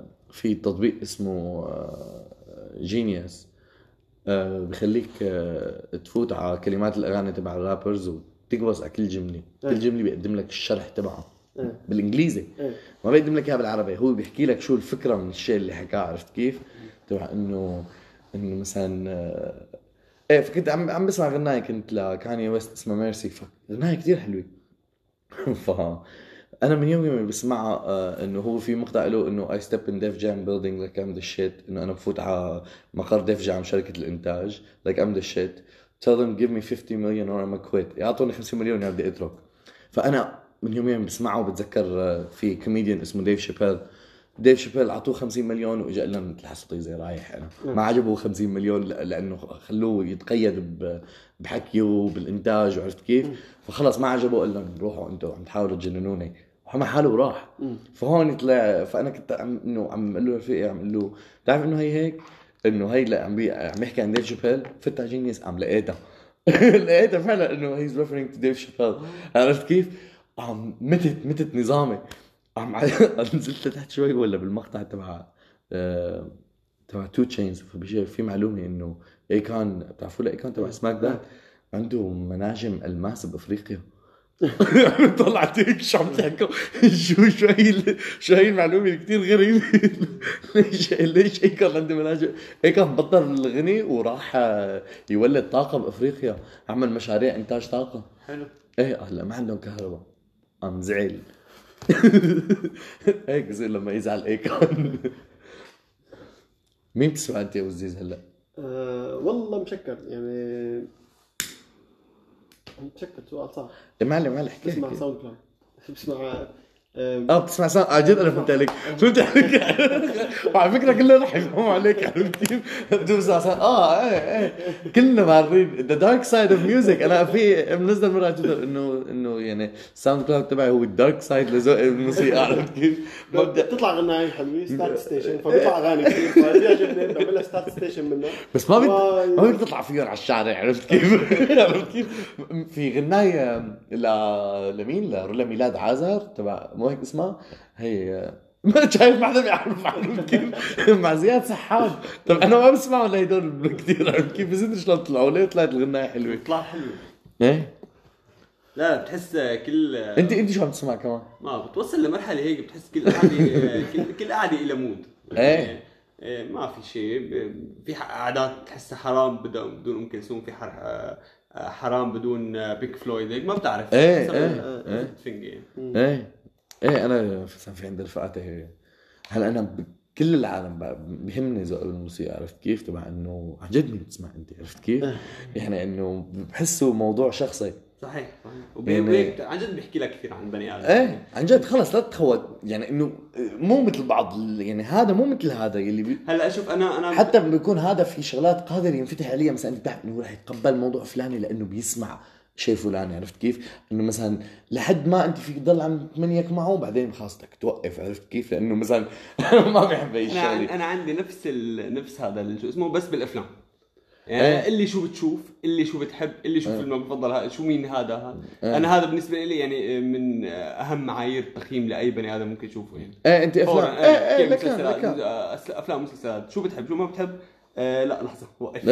في تطبيق اسمه جينيوس، بخليك آه، تفوت على كلمات الاغاني تبع الرابرز وتقبص على كل جمله. كل جمله بيقدم لك الشرح تبعها بالانجليزي، ما بيقدم لك اياها بالعربي. هو بيحكي لك شو الفكره من الشيء اللي حكاه. عرفت كيف؟ تبع انه انه مثلا آه، ايه. فكنت عم عم بسمع غنايه كنت لكاني ويست اسمها ميرسي، فغنايه كتير حلوه. ف انا من يوم يومي بسمعها آه انه هو في مقطع له انه I step in Def Jam building like I'm the shit، انه انا بفوت على مقر ديف جام شركه الانتاج like I'm the shit tell them give me fifty million or I'm a quit، يعطوني خمسين مليون يا بدي اترك. فانا من يوم يومي بسمعه وبتذكر آه في كوميديان اسمه ديف شابيل. ديف شابيل عطوه خمسين مليون واجا قال لهم مثل حسطيزه رايح انا ما عجبه خمسين مليون لانه خلوه يتقيد بحكيه وبالانتاج. وعرفت كيف؟ فخلص ما عجبه قال لهم روحوا انتم عم تحاولوا تجننوني، وحما حاله وراح. فهون طلع. فانا كنت عم انه عم اقول له رفيقي عم اقول له بتعرف انه هي هيك انه هي لا عم عم يحكي عن ديف شابيل. فت على جينيوس عم لقيتها لقيتها فعلا انه هيز ريفرينج تو ديف شابيل. عرفت كيف؟ عم متت متت نظامي. عم نزلت تحت شوي ولا بالمقطع تبع آه... تبع تو تشينز، فبيجي في معلومه انه ايكون بتعرفوا له ايكون تبع سماك داون عنده مناجم الماس بافريقيا. طلعت هيك شو عم تحكوا شو شو هي شو هي المعلومه كثير غريبه. ليش ليش ايكون عنده مناجم؟ ايكون بطل الغني وراح يولد طاقه بافريقيا، عمل مشاريع انتاج طاقه. حلو. ايه هلا ما عندهم كهرباء عم زعل. هيك بصير لما يزعل ايكون. مين بتسمع انت يا وزيز هلا؟ أه والله مشكر يعني مشكر سؤال صعب. معلم معلم احكي بسمع ساوند كلاود، بسمع اه بتسمع ساوند عن جد انا فهمت عليك فهمت عليك وعلى فكره كلنا رح يفهموا عليك عرفت كيف؟ بتسمع ساوند اه ايه ايه كلنا معرفين ذا دارك سايد اوف ميوزك. انا في منزل مره على تويتر انه انه يعني ساوند كلاود تبعي هو الدارك سايد لذوق الموسيقى عرفت كيف؟ ببدا تطلع غنايه حلوه ستارت ستيشن فبيطلع اغاني كثير فبيعجبني بعمل لها ستارت ستيشن منها بس ما بد ما بدك تطلع فيهم على الشارع عرفت كيف؟ عرفت كيف؟ في غنايه ل لمين لرولا ميلاد عازر تبع مو هيك اسمها هي ما شايف ما حدا بيعرف عنه كيف مع زياد سحاب. طب انا ما بسمع ولا هدول كثير عرفت كيف؟ بس انت شلون طلعوا ليه طلعت الغنايه حلوه؟ طلع حلوه ايه لا بتحس كل انت انت شو عم تسمع كمان؟ ما بتوصل لمرحله هيك بتحس كل قعده كل كل قعده إلى مود. ايه إيه، ما في شيء في قعدات تحسها حرام بدون بدون ام كلثوم في حر حرام بدون بيك فلويد هيك ما بتعرف ايه ايه ايه تفنجي ايه ايه انا في عند رفقاتي هيك. هلا انا بكل العالم بهمني ذوق الموسيقى عرفت كيف؟ تبع انه عن جد مين تسمع انت عرفت كيف؟ يعني انه بحسه موضوع شخصي صحيح وبيك عن جد بيحكي لك كثير عن بني ادم. ايه عن جد خلص لا تتخوت يعني انه مو مثل بعض يعني هذا مو مثل هذا اللي بي... هلا اشوف انا انا حتى بيكون هذا في شغلات قادر ينفتح عليها مثلا انت بتعرف انه راح يتقبل موضوع فلاني لانه بيسمع شيء فلاني عرفت كيف؟ انه مثلا لحد ما انت فيك تضل عم تمنيك معه بعدين خلاص بدك توقف عرفت كيف؟ لانه مثلا ما بيحب هي الشغله. انا انا عندي نفس ال... نفس هذا شو اسمه بس بالافلام يعني اللي شو بتشوف اللي شو بتحب اللي شو فيلمك المفضل هذا شو مين هذا هذا انا هذا بالنسبه لي يعني من اهم معايير التقييم لاي بني ادم ممكن تشوفه يعني. ايه انت افلام ايه ايه لك لك افلام مسلسلات شو بتحب شو ما بتحب آه لا لحظه وقف.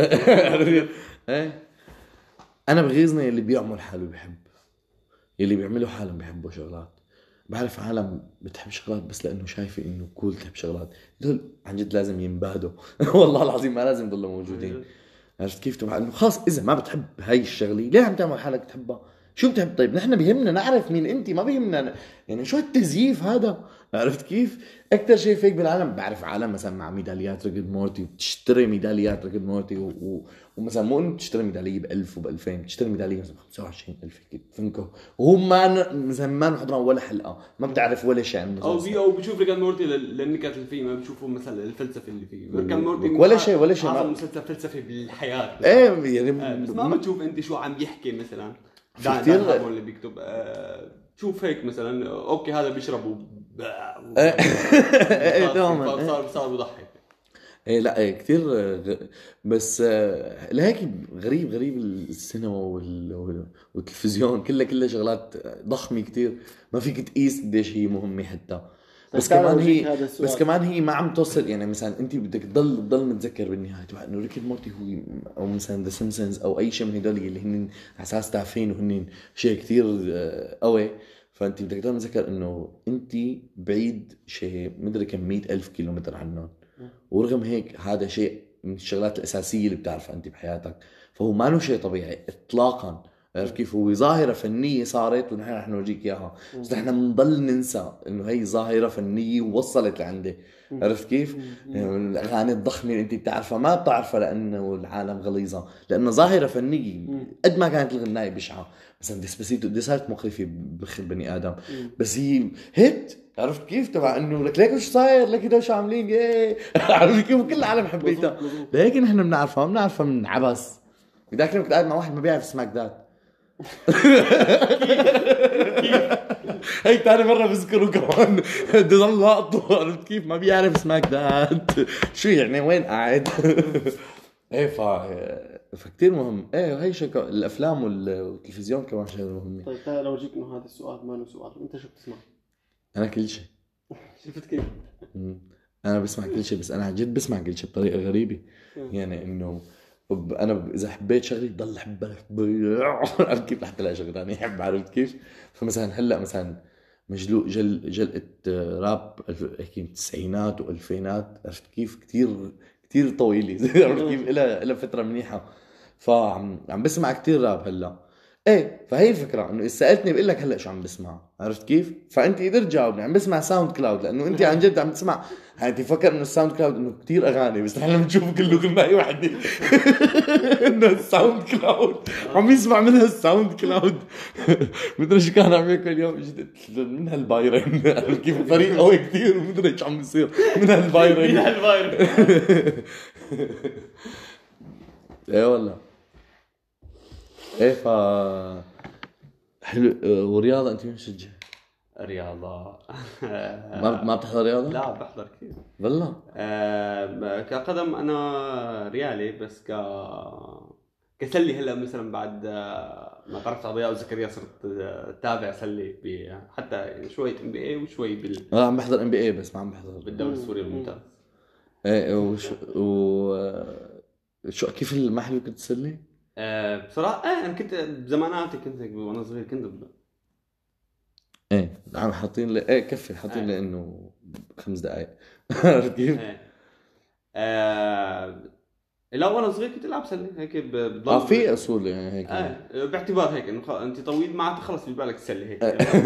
ايه انا بغيظني اللي بيعمل حاله بيحب اللي بيعملوا حالهم بيحبوا شغلات. بعرف عالم بتحب شغلات بس لانه شايفه انه كول تحب شغلات دول عن جد لازم ينبادوا والله العظيم ما لازم يضلوا موجودين عرفت كيف؟ تبع انه خاص اذا ما بتحب هاي الشغله ليه عم تعمل حالك تحبها؟ شو بتحب؟ طيب نحن بيهمنا نعرف مين انت ما بيهمنا يعني شو التزييف هذا عرفت كيف؟ اكثر شيء فيك بالعالم بعرف عالم مثلا مع ميداليات ريكد مورتي وبتشتري ميداليات ريكد مورتي و... و... ومثلا مو انه تشتري ميداليه بألف وبألفين بتشتري ميداليه مثلا خمسة وعشرين ألف هيك فنكو وهو ما مثلا ما محضران ولا حلقه ما بتعرف ولا شيء عن او بي او بتشوف ريكد مورتي للنكت اللي فيه ما بتشوفوا مثلا الفلسفه اللي فيه ريكد مورتي ولا شيء ولا شيء اعظم مسلسل فلسفي بالحياه ايه يعني آه بس ما بتشوف انت شو عم يحكي مثلا كثير اللي بيكتب آه شوف هيك مثلا اوكي هذا بيشربوا ايه تمام صار صار بضحك ايه لا ايه كثير بس لهيك غريب غريب السينما والتلفزيون كلها كلها شغلات ضخمة كتير ما فيك تقيس قديش هي مهمة حتى بس كمان هي بس كمان هي ما عم توصل يعني مثلا انت بدك تضل تضل متذكر بالنهايه تبع انه ريك مورتي هو او مثلا ذا سيمبسونز او اي شيء من هدول اللي هن على اساس تافهين وهن شيء كثير قوي فانت بدك تضل متذكر انه انت بعيد شيء مدري كم مئة ألف كيلومتر عنهم ورغم هيك هذا شيء من الشغلات الاساسيه اللي بتعرفها انت بحياتك فهو ما له شيء طبيعي اطلاقا عرفت كيف هو ظاهرة فنية صارت ونحن رح نورجيك إياها بس نحن بنضل ننسى إنه هي ظاهرة فنية ووصلت لعندي عرفت كيف يعني الأغاني الضخمة اللي أنت بتعرفها ما بتعرفها لأنه العالم غليظة لأنه ظاهرة فنية قد ما كانت الغناية بشعة مثلا ديسباسيتو دي صارت مقرفة بخ البني آدم بس هي هيت عرفت كيف تبع إنه لك ليك وش صاير لك ده شو عاملين إيه عرفت كيف كل العالم حبيتها لكن نحن بنعرفها ما بنعرفها من عبس بدك كنت قاعد مع واحد ما بيعرف سماك دات هيك تاني مرة بذكره كمان بدي ضل لقطه عرفت كيف ما بيعرف سماك دات شو يعني وين قاعد ايه فا فكتير مهم ايه هي شيء الافلام والتلفزيون كمان شيء مهم. طيب تعال اورجيك انه هذا السؤال ما له سؤال انت شو بتسمع؟ انا كل شيء شفت كيف انا بسمع كل شيء بس انا عن جد بسمع كل شيء بطريقة غريبة يعني انه انا اذا حبيت شغلي ضل احبها عرفت كيف لحتى لا شغلاني احب عرفت كيف فمثلا هلا مثلا مجلوق جل جلقه راب هيك التسعينات والالفينات عرفت كيف كثير كثير طويله عرفت كيف الى الى فتره منيحه فعم عم بسمع كثير راب هلا ايه فهي الفكره انه اذا سالتني بقول لك هلا شو عم بسمع، عرفت كيف؟ فانت قدرت تجاوبني عم بسمع ساوند كلاود، لانه انت عن جد عم تسمع. انت فكر انه الساوند كلاود انه كتير اغاني، بس نحن بنشوف كله غنايه وحده انه الساوند كلاود عم يسمع منها الساوند كلاود. مدري شو كان عم ياكل اليوم، اجت منها البايرن كيف الفريق قوي كتير ومدري ايش عم بيصير منها البايرن منها الفاير. ايه والله. ايه ف حلو. ورياضه انت مين بتشجع؟ رياضة ما ما بتحضر رياضه؟ لا بحضر كثير والله. آه كقدم انا ريالي، بس ك كسلي هلا مثلا بعد آه، ما تعرفت على ضياء وزكريا صرت آه، تابع سلي ب- حتى شوية ام بي اي وشوي بال... انا عم بحضر ام بي اي بس ما عم بحضر بالدوري السوري الممتاز. ايه وش و شو كيف المحل كنت تسلي؟ آه بصراحة آه انا كنت بزماناتي كنت هيك وانا صغير كنت ب... ايه عم حاطين لي ايه كفي حاطين لي إيه. انه خمس دقائق. عرفت كيف؟ آه. آه لا وانا صغير كنت العب سله هيك ب- بضل اه في اصول يعني هيك. اه باعتبار هيك انه خ... انت طويل ما عاد خلص ببالك تسلي هيك.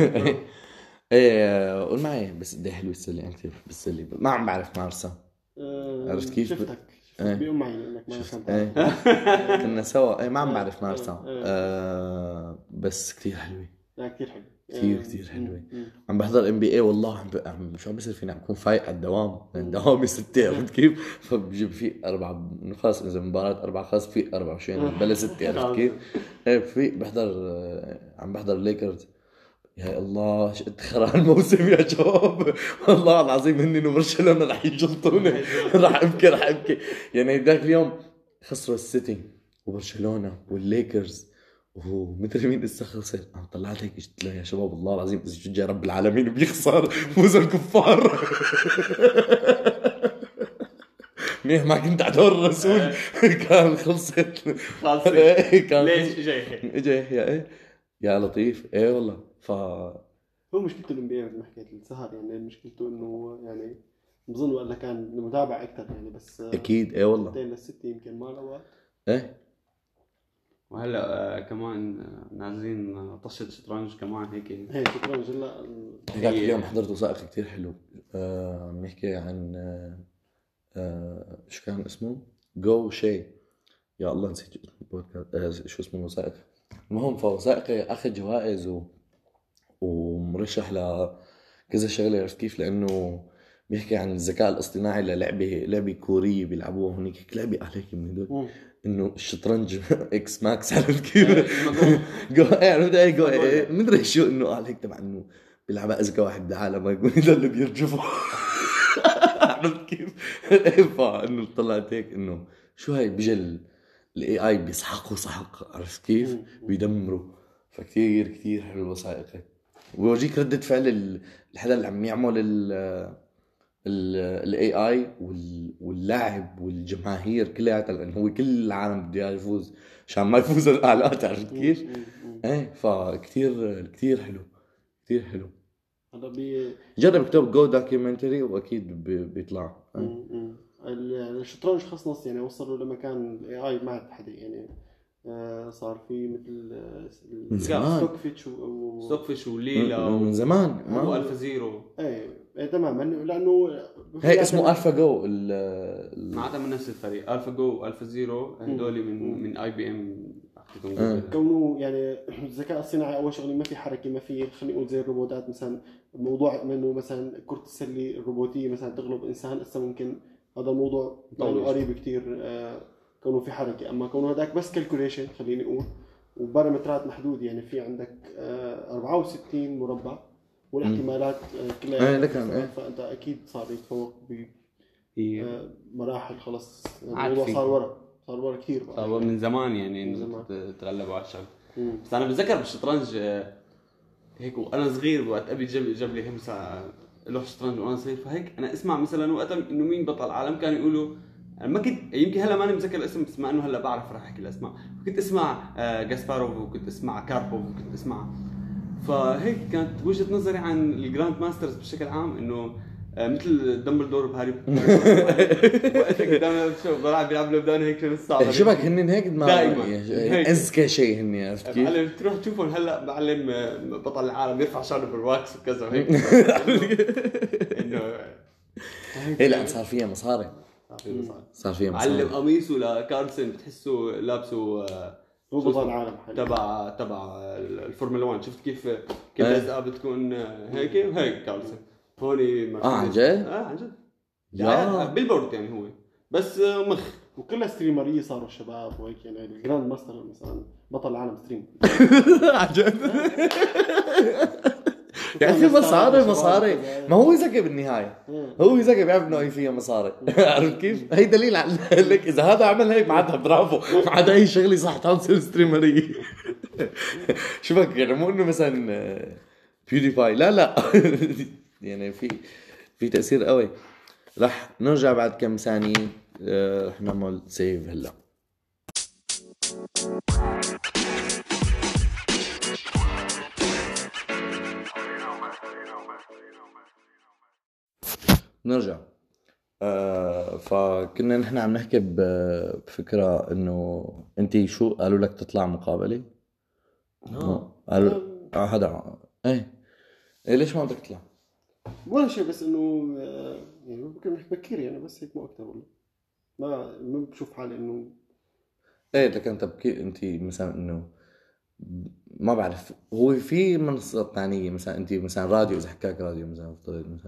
ايه قول معي بس قد ايه حلو السله، انا كثير بحب السله ما عم بعرف مارسها. آه، عرفت كيف؟ شفتك شفتك إيه. بيقوم معي لانك ما شفت فهمت. ايه كنا سوا ايه ما عم بعرف إيه. مارسها. إيه. آه بس كثير حلوه لا كثير حلو كثير آه، كثير حلوه. مم. عم بحضر ام بي اي والله عم, ب... عم شو عم بيصير فيني عم بكون فايق على الدوام لان دوامي ستة، عرفت كيف؟ فبجيب في أربعة خلاص إذا مباراة أربعة خلاص في أربعة وعشرين بلا ستة، عرفت كيف؟ إيه في بحضر آه، عم بحضر ليكرز. يا الله شقد خرا الموسم يا شباب. والله العظيم هني وبرشلونة رح يجلطوني. رح ابكي رح ابكي يعني. ذاك اليوم خسروا السيتي وبرشلونة والليكرز ومدري مين لسه خسر. عم طلعت هيك قلت له يا شباب والله العظيم اذا شجع رب العالمين بيخسر فوز الكفار. منيح ما كنت على دور الرسول كان خلصت خلص كان ليش جاي هيك؟ اجى يا ايه يا لطيف ايه والله. ف هو مشكلته الام بي اي مثل ما حكيت السهر، يعني مشكلته انه يعني بظن ولا كان متابع اكثر يعني، بس آه، اكيد ايه والله اثنين للستة يمكن ما له وقت. ايه. وهلا آه كمان آه، نازلين آه، طشة شطرنج كمان هيك. هي شطرنج هلا ذاك اليوم حضرت وثائقي كتير حلو. آه، عم يحكي عن آه، آه، شو كان اسمه؟ جو شي. يا الله نسيت اسم البودكاست آه، شو اسمه الوثائقي. المهم فوثائقي اخذ جوائز و... ومرشح لكذا شغله، عرفت كيف؟ لانه بيحكي عن الذكاء الاصطناعي للعبه لعبه كوريه بيلعبوها هنيك لعبه عليك من هدول انه الشطرنج اكس ماكس، عرفت كيف؟ جو ايه عرفت ايه جو ايه مدري شو انه قال هيك تبع انه بيلعبها اذكى واحد بالعالم ما يكون يضل بيرجفه. عرفت كيف؟ ايه فانه طلعت هيك انه شو هاي بجل الاي اي بيسحقوا سحق، عرفت كيف؟ بيدمروا. فكتير كتير حلو الوثائقي ويورجيك ردة فعل ال- الحدا اللي عم يعمل ال الاي اي واللاعب والجماهير كلها، لانه هو كل العالم بده يفوز عشان ما يفوز الاعلات، عرفت كيف؟ ايه فكتير كتير حلو كتير حلو. هذا بي جرب اكتب جو دوكيومنتري واكيد بي- بيطلع. مم. ال- الشطرنج خصنص يعني وصلوا لمكان الاي اي ما عاد حدا يعني آه، صار في مثل آه، من زمان. ستوك فيتش و ستوكفيش وليلا من زمان ما والفا زيرو ايه ايه تماما لانه هي اسمه الفا جو ال ال- معناتها من نفس الفريق. الفا جو والفا زيرو هدول من من اي بي ام. كونه يعني الذكاء الصناعي اول شغله ما في حركه، ما في خلينا نقول زي الروبوتات مثلا. الموضوع انه مثلا كرة السله الروبوتيه مثلا تغلب انسان هسه ممكن هذا الموضوع يعني قريب كتير آه، كونه في حركه. اما كونه هذاك بس كالكوليشن خليني اقول وبارامترات محدوده، يعني في عندك آه، أربعة وستين مربع والاحتمالات آه، كلها ايه لكن ايه فانت اكيد صار يتفوق هي بمراحل. خلص عاد الموضوع في. صار ورا صار ورا كثير بقى. صار من زمان يعني من انه زمان. تت- تغلبوا على الشغل. مم. بس انا بتذكر بالشطرنج آه، هيك وانا صغير وقت ابي جاب جاب لي همسه لوح شطرنج وانا صغير، فهيك انا اسمع مثلا وقتها انه مين بطل العالم كانوا يقولوا أنا ما كنت يمكن هلا ماني متذكر الاسم بس مع انه هلا بعرف راح احكي الاسماء. كنت اسمع آه، جاسباروف وكنت اسمع كاربوف وكنت اسمع. فهيك كانت وجهه نظري عن الجراند ماسترز بشكل عام انه آه، مثل دمبلدور بهاري وقت قدامنا بشوف ضلع بيلعب له بدون هيك نص ساعه شبك هن هيك دائما اذكى شيء هن، عرفت كيف؟ معلم تروح تشوفهم هلا معلم بطل العالم يرفع شعره بالواكس وكذا وهيك انه ايه لا صار فيها مصاري، صار فيها مصاري. معلم قميصه لكارلسن بتحسه لابسه هو بطل العالم تبع تبع الفورمولا واحد. شفت كيف كيف الازقه بتكون هيك وهيك كارلسن هوني اه عن جد؟ اه عن جد يا بالبورد يعني هو بس مخ وكلها ستريمريه صاروا الشباب وهيك يعني الجراند ماستر مثلا بطل العالم ستريم عن جد يعني في مصاري مصاري ما هو ذكي بالنهايه، هو ذكي بيعرف انه هي فيها مصاري عرفت كيف؟ هي دليل على لك اذا هذا عمل هيك معناتها برافو، ما عاد اي شغله صح تعال تصير ستريمريه. شو بك يعني مو انه مثلا بيودي باي لا لا يعني في في تاثير قوي. رح نرجع بعد كم ثانيه، رح نعمل سيف هلا. نرجع. آه فكنا نحن عم نحكي بفكرة انه انتي شو قالوا لك تطلع مقابلة؟ اه قالوا اه هذا ايه ايه ليش ما بدك تطلع؟ ولا شيء بس انه يعني ممكن مش بكير يعني بس هيك مو اكثر والله ما ما بشوف حالي انه ايه لكن انت بكير انتي مثلا انه ما بعرف هو في منصات ثانية مثلا انتي مثلا راديو اذا حكاك راديو مثلا افترض مثلا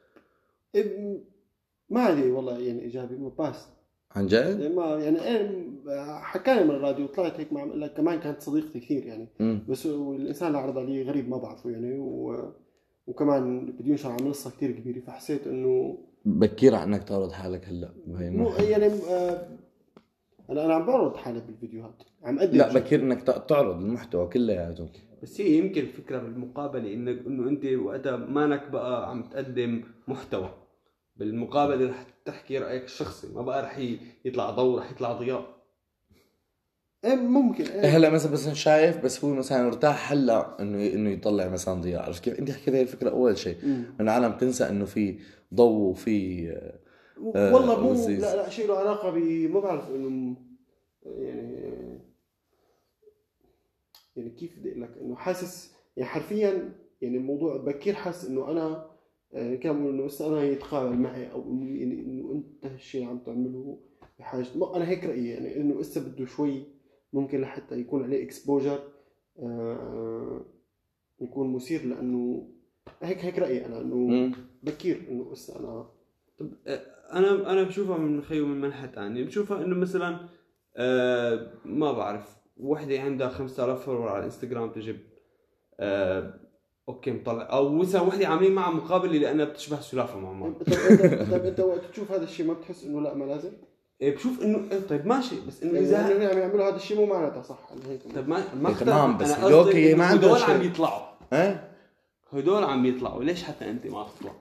ما عندي والله يعني ايجابي مو باس عن جد؟ ما يعني ايه حكاني من الراديو طلعت هيك مع لك كمان كانت صديقتي كثير يعني م. بس الانسان اللي عرض علي غريب ما بعرفه يعني و... وكمان بده ينشر على منصه كثير كبيره فحسيت انه بكير عنك تعرض حالك هلا مو يعني آه انا انا عم بعرض حالي بالفيديوهات عم اقدم لا بكير انك تعرض المحتوى كله يا زلمه. بس هي يمكن الفكره بالمقابله انك انه انت وقتها مانك بقى عم تقدم محتوى، بالمقابله رح تحكي رايك الشخصي ما بقى رح يطلع ضوء رح يطلع ضياء. ايه ممكن ايه هلا مثلا بس شايف بس هو مثلا ارتاح هلا انه انه يطلع مثلا ضياء، عرفت كيف؟ انت حكيت هي الفكره اول شيء انه العالم تنسى انه في ضوء وفي آه والله مو وزيز. لا لا شيء له علاقه ب ما بعرف انه يعني يعني كيف بدي اقول لك انه حاسس يعني حرفيا يعني الموضوع بكير حاسس انه انا يعني كان انه بس انا يتقابل معي او انه يعني انه انت هالشيء عم تعمله بحاجه ما انا هيك رايي يعني انه لسه بده شوي ممكن لحتى يكون عليه اكسبوجر آه يكون مثير لانه هيك هيك رايي انا انه بكير انه لسه انا طب انا انا بشوفها من خيو من منحى ثاني بشوفها انه مثلا آه ما بعرف وحده عندها خمسة آلاف فولور على الانستغرام تجيب آه اوكي مطلع او مثلا وحده عاملين معها مقابله لانها بتشبه سلافه مع بعض. طب انت طب انت وقت تشوف هذا الشيء ما بتحس انه لا ما لازم؟ إيه بشوف انه إيه طيب ماشي بس انه اذا عم يعملوا هذا الشيء مو معناته صح هيك طب ما ما تمام بس اوكي ما عندهم هدول عم يطلعوا ايه هدول عم يطلعوا ليش حتى انت ما تطلع؟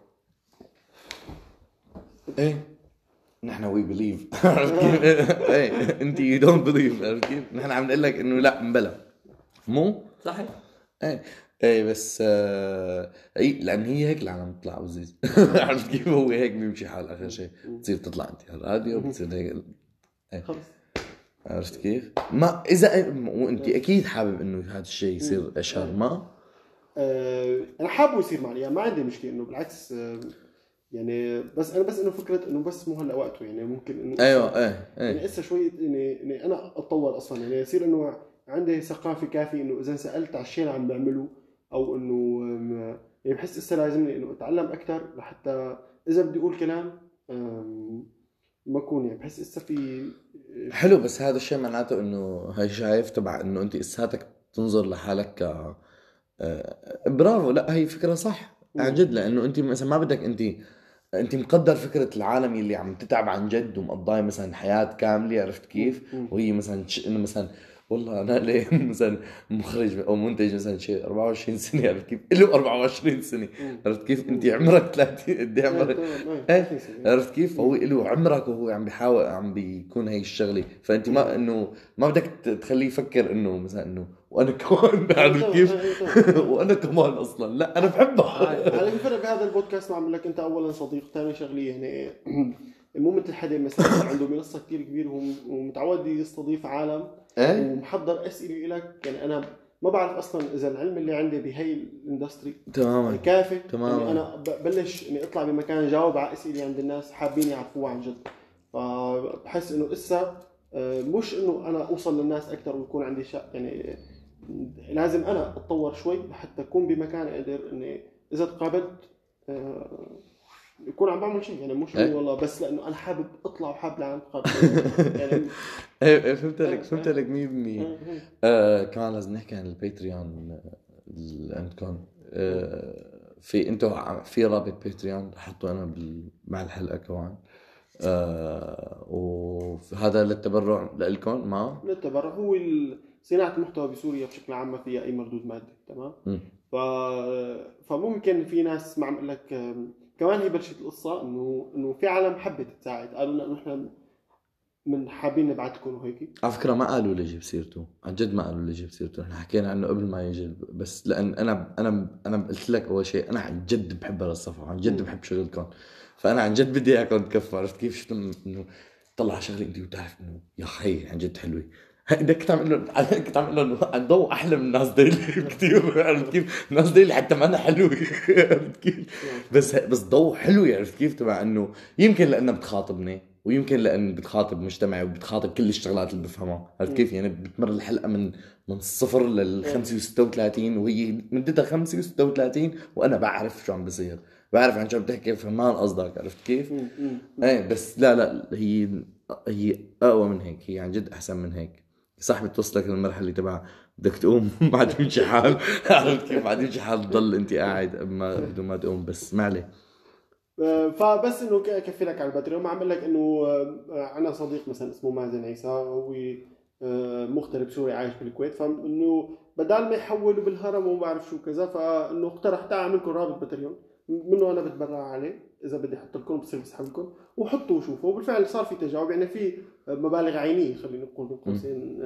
ايه نحن وي بليف ايه انت يو دونت بليف عرفت كيف؟ نحن عم نقول لك انه لا مبلا مو صحيح ايه ايه بس آه اي لان هي هيك العالم بتطلع وزيز عرفت كيف؟ هو هيك بيمشي حال اخر شيء بتصير تطلع انت على الراديو بتصير هيك ايه عرفت كيف؟ ما اذا وانت اكيد حابب انه هذا الشيء يصير اشهر ما آه انا حابه يصير معي يعني ما عندي مشكله انه بالعكس آه يعني بس انا بس انه فكره انه بس مو هلا وقته يعني ممكن انه ايوه ايه ايه يعني لسه شوي يعني, يعني انا اتطور اصلا يعني يصير انه عندي ثقافه كافيه انه اذا سالت على الشيء اللي عم بعمله او انه يعني بحس لسه لازمني انه اتعلم اكثر لحتى اذا بدي اقول كلام ما اكون يعني بحس لسه في حلو. بس هذا الشيء معناته انه هاي شايف تبع انه انت اساتك تنظر لحالك ك برافو. لا هي فكره صح عن جد لانه انت مثلا ما بدك انت انت مقدر فكره العالم اللي عم تتعب عن جد ومقضاي مثلا حياه كامله عرفت كيف؟ وهي مثلا انه مثلا والله انا ليه مثلا مخرج او منتج مثلا شيء أربعة وعشرين سنه، عرفت كيف؟ له أربعة وعشرين سنه، عرفت كيف؟ انت عمرك ثلاثين، قد ايه عمرك؟ ايه عرفت كيف؟ هو له عمرك وهو عم بيحاول عم بيكون هي الشغله، فانت ما انه ما بدك تخليه يفكر انه مثلا انه وانا كمان، عرفت كيف؟ وانا كمان اصلا لا انا بحبها. على الفرق بهذا البودكاست ما عم لك انت اولا صديق، ثاني شغله يعني مو مثل حدا مثلا عنده منصه كتير كبيره ومتعود يستضيف عالم ايه ومحضر اسئله لك. يعني انا ما بعرف اصلا اذا العلم اللي عندي بهي الاندستري تماما كافي تماما. يعني انا ببلش اني اطلع بمكان جاوب على اسئله عند الناس حابين يعرفوها عن جد. فبحس انه اسا مش انه انا اوصل للناس اكثر ويكون عندي شيء، يعني لازم انا اتطور شوي لحتى اكون بمكان اقدر اني اذا تقابلت يكون عم بعمل شيء، يعني مش إيه؟ والله بس لانه انا حابب اطلع وحابب لعند قابل يعني ايه فهمت لك فهمت لك مية بالمية. آه كمان لازم نحكي عن الباتريون اللي عندكم. آه في انتوا في رابط باتريون حطوا انا بال... مع الحلقه كمان. آه وهذا للتبرع لكم ما للتبرع، هو صناعه المحتوى بسوريا بشكل عام ما فيها اي مردود مادي، تمام. ف... فممكن في ناس ما عم اقول لك كمان هي بلشت القصه انه انه في عالم حبت تساعد، قالوا لنا انه احنا من حابين نبعتكم وهيك. على فكره ما قالوا لي جيب سيرته، عن جد ما قالوا لي جيب سيرته، احنا حكينا عنه قبل ما يجي، بس لان انا انا انا قلت لك اول شيء انا عن جد بحب هالصفحه، عن جد بحب شغلكم، فانا عن جد بدي اياكم تكفوا. عرفت كيف؟ شفت انه طلع شغله انت وتعرف انه يا خي عن جد حلوه، بدك تعمل له انا كنت عامل له عن ضوء احلى من الناس ديل كثير. عرفت كيف؟ الناس ديل حتى ما انا حلوه. عرفت كيف؟ بس بس ضوء حلو. عرفت كيف؟ تبع انه يمكن لانه بتخاطبني ويمكن لان بتخاطب مجتمعي وبتخاطب كل الشغلات اللي بفهمها. عرفت كيف؟ يعني بتمر الحلقه من من الصفر لل خمسة وستة وثلاثين وهي مدتها خمسة وستة وثلاثين وانا بعرف شو عم بصير، بعرف عن شو بتحكي، فهمان قصدك. عرفت كيف؟ ايه بس لا لا هي هي اقوى من هيك، هي عن جد احسن من هيك. صح بتوصلك للمرحله تبع بدك تقوم بعد يمشي حال. عرفت كيف؟ بعد يمشي حال تضل انت قاعد ما بدون ما تقوم، بس ما عليه. فبس انه كفي لك على الباتريون. ما عم لك انه انا صديق مثلا اسمه مازن عيسى، هو مغترب سوري عايش بالكويت، فانه بدال ما يحولوا بالهرم وما بعرف شو كذا، فانه اقترح تعال اعمل لكم رابط باتريون منه انا بتبرع عليه اذا بدي احط لكم بصير بسحب لكم وحطوا وشوفوا. وبالفعل صار في تجاوب، يعني في مبالغ عينيه خلينا نقول بين قوسين.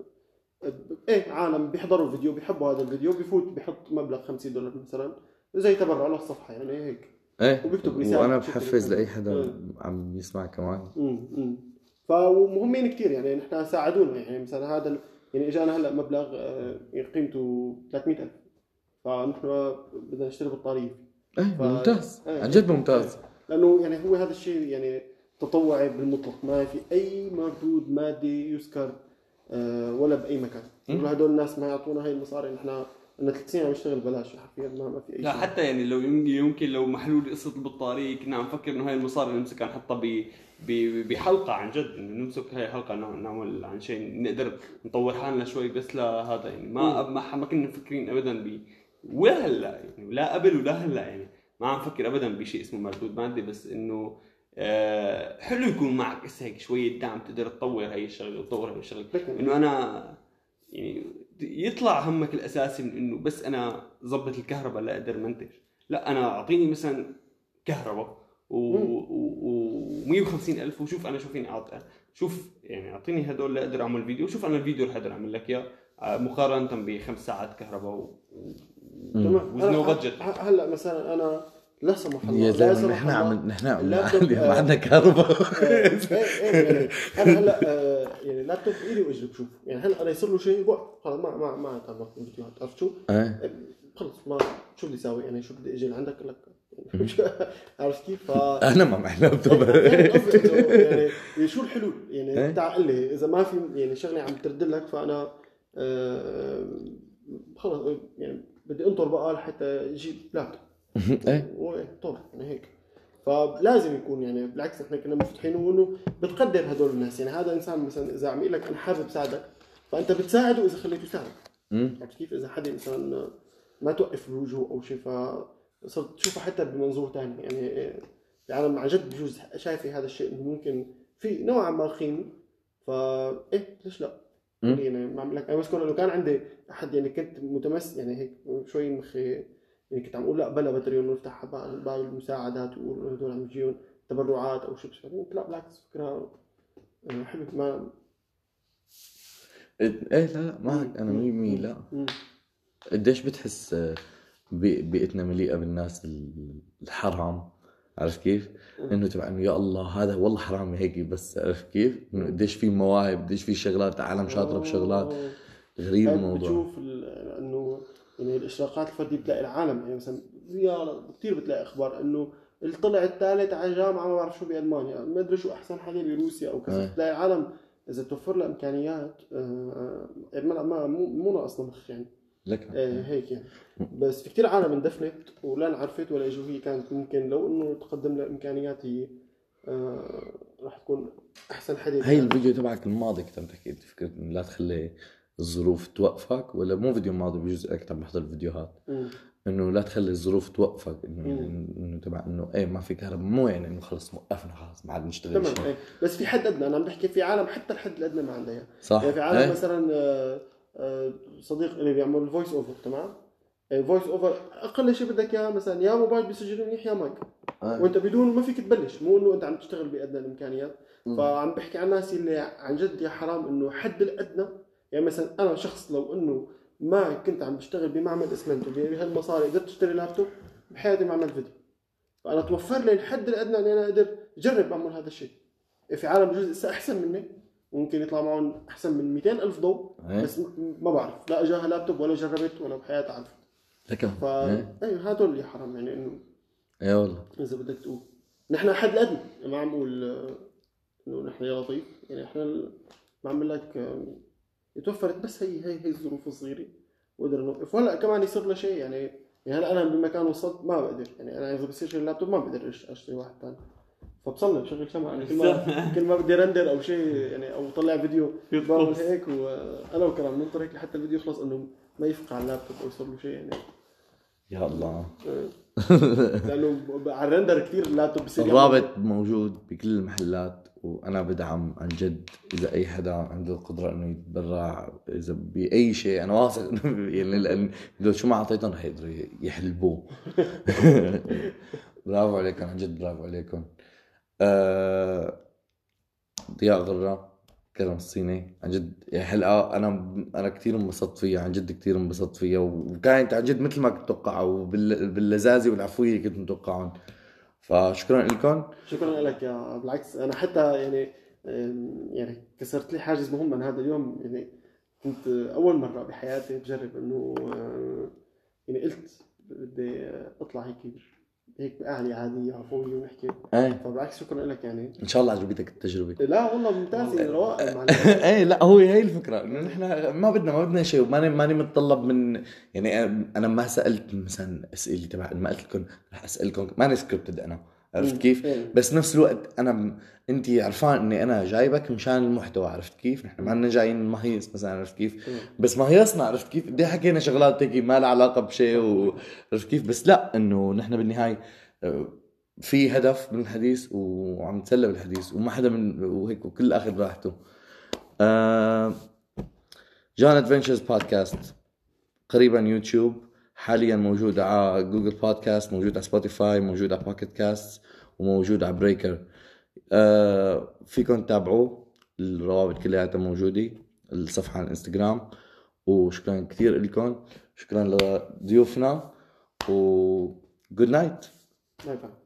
ايه عالم بيحضروا الفيديو بيحبوا هذا الفيديو بيفوت بيحط مبلغ خمسين دولار مثلا زي تبرع له الصفحه، يعني هيك. ايه وبيكتب رساله وانا بحفز لاي حدا اه. عم يسمع كمان. امم فمهمين كثير يعني نحن ساعدونا. يعني مثلا هذا يعني اجانا هلا مبلغ قيمته ثلاثمية ألف، فنحن بدنا نشتري بطاريه. ايه ف... ممتاز عن جد ممتاز. لانه يعني هو هذا الشيء يعني تطوعي بالمطلق، ما في اي مردود مادي يذكر أه ولا باي مكان. يقولوا هدول الناس ما يعطونا هاي المصاري، نحن أنا ثلاث سنين عم اشتغل بلاش حرفيا، ما ما في اي شيء. لا حتى يعني لو يمكن لو محلول قصه البطاريه كنا عم نفكر انه هاي المصاري نمسكها نحطها ب بحلقه عن جد، انه نمسك هاي حلقه نعمل عن شيء نقدر نطور حالنا شوي بس لهذا. يعني ما ما ما كنا مفكرين ابدا ب ولا هلا يعني لا قبل ولا هلا يعني ما عم نفكر ابدا بشيء اسمه مردود مادي، بس انه أه حلو يكون معك هسه هيك شويه دعم تقدر تطور هاي الشغله وتطور هاي الشغله. انه انا يعني يطلع همك الاساسي من انه بس انا ضبط الكهرباء لا اقدر منتج، لا انا اعطيني مثلا كهرباء و مية وخمسين ألف وشوف انا شو فيني اعطي، شوف يعني اعطيني هدول لا اقدر اعمل فيديو، شوف انا الفيديو اللي اقدر اعمل لك اياه مقارنه بخمس ساعات كهرباء و وزنو بادجت. هلا مثلا انا لا سمح الله يا زلمه نحن عم نحن ما عندنا كهرباء. انا هلا يعني لابتوب بايدي واجرب شوف، يعني هلا انا يصير له شيء خلص ما ما ما تعمق فيديوهات، عرفت شو؟ خلص ما شو بدي اسوي يعني، شو بدي اجي لعندك لك عرفت كيف؟ انا ما معي لابتوب يعني شو الحلول يعني؟ تعال لي اذا ما في يعني شغله عم ترد لك، فانا خلص يعني بدي انطر بقى لحتى اجيب لابتوب. ايه طور يعني هيك. فلازم يكون يعني بالعكس احنا كنا مفتوحين وانه بتقدر هدول الناس. يعني هذا انسان مثلا اذا عم يقول لك انا حابب ساعدك فانت بتساعده اذا خليته يساعدك. عرفت كيف؟ اذا حدا مثلا ما توقف بوجهه او شيء فصرت تشوفه حتى بمنظور ثاني. يعني العالم عن جد بجوز شايفه هذا الشيء انه ممكن في نوعا ما قيمه، فا ايه ليش لا؟ يعني ما عم لك انا بذكر انه كان عندي احد يعني كنت متمس يعني هيك شوي مخي يعني كنت عم اقول لا بلا بدري انه نفتح باب المساعدات ويقولوا هدول عم يجيون تبرعات او شيء بس لا بالعكس فكره حلوه ما ايه لا معك انا مية مية. لا قديش بتحس بيئتنا مليئة بالناس الحرام، عرفت كيف؟ انه تبع انه يا الله هذا والله حرام هيك، بس عرفت كيف؟ انه قديش في مواهب، قديش في شغلات، عالم شاطرة بشغلات غريب الموضوع. بتشوف انه يعني الاشراقات الفردية بتلاقي العالم يعني مثلا زيارة كثير بتلاقي اخبار انه اللي طلع الثالث على جامعة ما بعرف شو بألمانيا، ما ادري شو احسن حدا بروسيا او كذا. بتلاقي العالم اذا توفر له امكانيات آه ما ما مو مو ناقصنا مخ يعني لك آه هيك يعني. بس في كتير عالم اندفنت ولا انعرفت ولا اجوا. هي كانت ممكن لو انه تقدم لها امكانيات هي آه راح تكون احسن حدا. هي الفيديو تبعك الماضي كنت عم تحكي فكرة انه لا تخلي الظروف توقفك، ولا مو فيديو ماضي بجزء كنت عم بحضر الفيديوهات انه لا تخلي الظروف توقفك، انه يعني انه تبع انه ايه ما في كهرباء، مو يعني انه خلص وقفنا خلاص ما عاد نشتغل شيء. ايه. بس في حد ادنى، انا عم بحكي في عالم حتى الحد الادنى ما عندها صح. يعني في عالم ايه؟ مثلا صديق اللي بيعمل فويس اوفر تمام، فويس اوفر اقل شيء بدك اياه مثلا يا موبايل بيسجل منيح يا مايك آه. وانت بدون ما فيك تبلش، مو انه انت عم تشتغل بادنى الامكانيات. م. فعم بحكي عن الناس اللي عن جد يا حرام انه حد الادنى. يعني مثلا انا شخص لو انه ما كنت عم بشتغل بمعمل اسمنت وبهالمصاري قدرت اشتري لابتوب بحياتي ما عملت فيديو. فانا توفر لي الحد الادنى اني انا اقدر اجرب اعمل هذا الشيء. في عالم بجوز احسن مني ممكن يطلع معهم احسن من مئتين ألف ضوء بس ما بعرف لا اجاها لابتوب ولا جربت ولا بحياتي عرفت. لكن ف ايوه هدول اللي حرام يعني انه اي والله اذا بدك تقول نحن حد الادنى. ما عم اقول انه نحن يا لطيف يعني احنا ما عم لك يتوفرت بس هي هي هي الظروف الصغيره وقدر نوقف. وهلا كمان يصير له شيء يعني يعني هلا انا بمكان وصلت ما بقدر يعني انا اذا بصير اللابتوب ما بقدر اشتري واحد ثاني فبصلي بشغل شمعة يعني كل ما كل ما بدي رندر او شيء يعني او طلع فيديو بعمل هيك وانا وكرام ننطر هيك لحتى الفيديو يخلص انه ما يفقع على اللابتوب او يصير له شيء يعني. يا الله لانه على الرندر كثير اللابتوب بصير الرابط موجود بكل المحلات، وانا بدعم عن جد اذا اي حدا عنده القدره انه يتبرع اذا باي شيء. انا واثق يعني لان لو شو ما اعطيتهم رح يقدروا يحلبوه. برافو عليكم عن جد برافو عليكم. أه... ضياء غرة كرم الصيني عن جد حلقة أنا أنا كتير انبسطت فيها عن جد كتير انبسطت فيها وكانت عن جد مثل ما كنت أتوقع وباللذاذة والعفوية كنت متوقعهم. فشكرا لكم. شكرا لك يا بالعكس أنا حتى يعني يعني كسرت لي حاجز مهم من هذا اليوم. يعني كنت أول مرة بحياتي بجرب إنه يعني قلت بدي أطلع هيك هيك بقعدة عادية عفوية ونحكي. ايه فبالعكس شكرا لك يعني ان شاء الله عجبتك التجربة. لا والله ممتازة روائع مع ايه لا هو هي الفكرة انه نحن ما بدنا ما بدنا شيء وماني ماني متطلب من يعني انا ما سألت مثلا اسئلة تبع ما قلت لكم رح اسألكم ماني سكريبتد انا عرفت كيف إيه. بس نفس الوقت انا م... انت عرفان اني انا جايبك مشان المحتوى عرفت كيف. نحن ما لنا جايين مهيص مثلا عرفت كيف إيه. بس مهيصنا عرفت كيف دي حكينا شغلات هيك ما لها علاقة بشيء وعرفت كيف. بس لا انه نحن بالنهاية في هدف من الحديث وعم نتسلى بالحديث وما حدا من وهيك وكل اخذ راحته. آه جان ادفنتشرز بودكاست قريبا يوتيوب، حاليا موجود على جوجل بودكاست، موجود على سبوتيفاي، موجود على بوكيت كاست، وموجود على بريكر. آه فيكم تتابعوه الروابط كلها موجودة الصفحة على الانستغرام. وشكرا كثير لكم، شكرا لضيوفنا و good night. باي باي.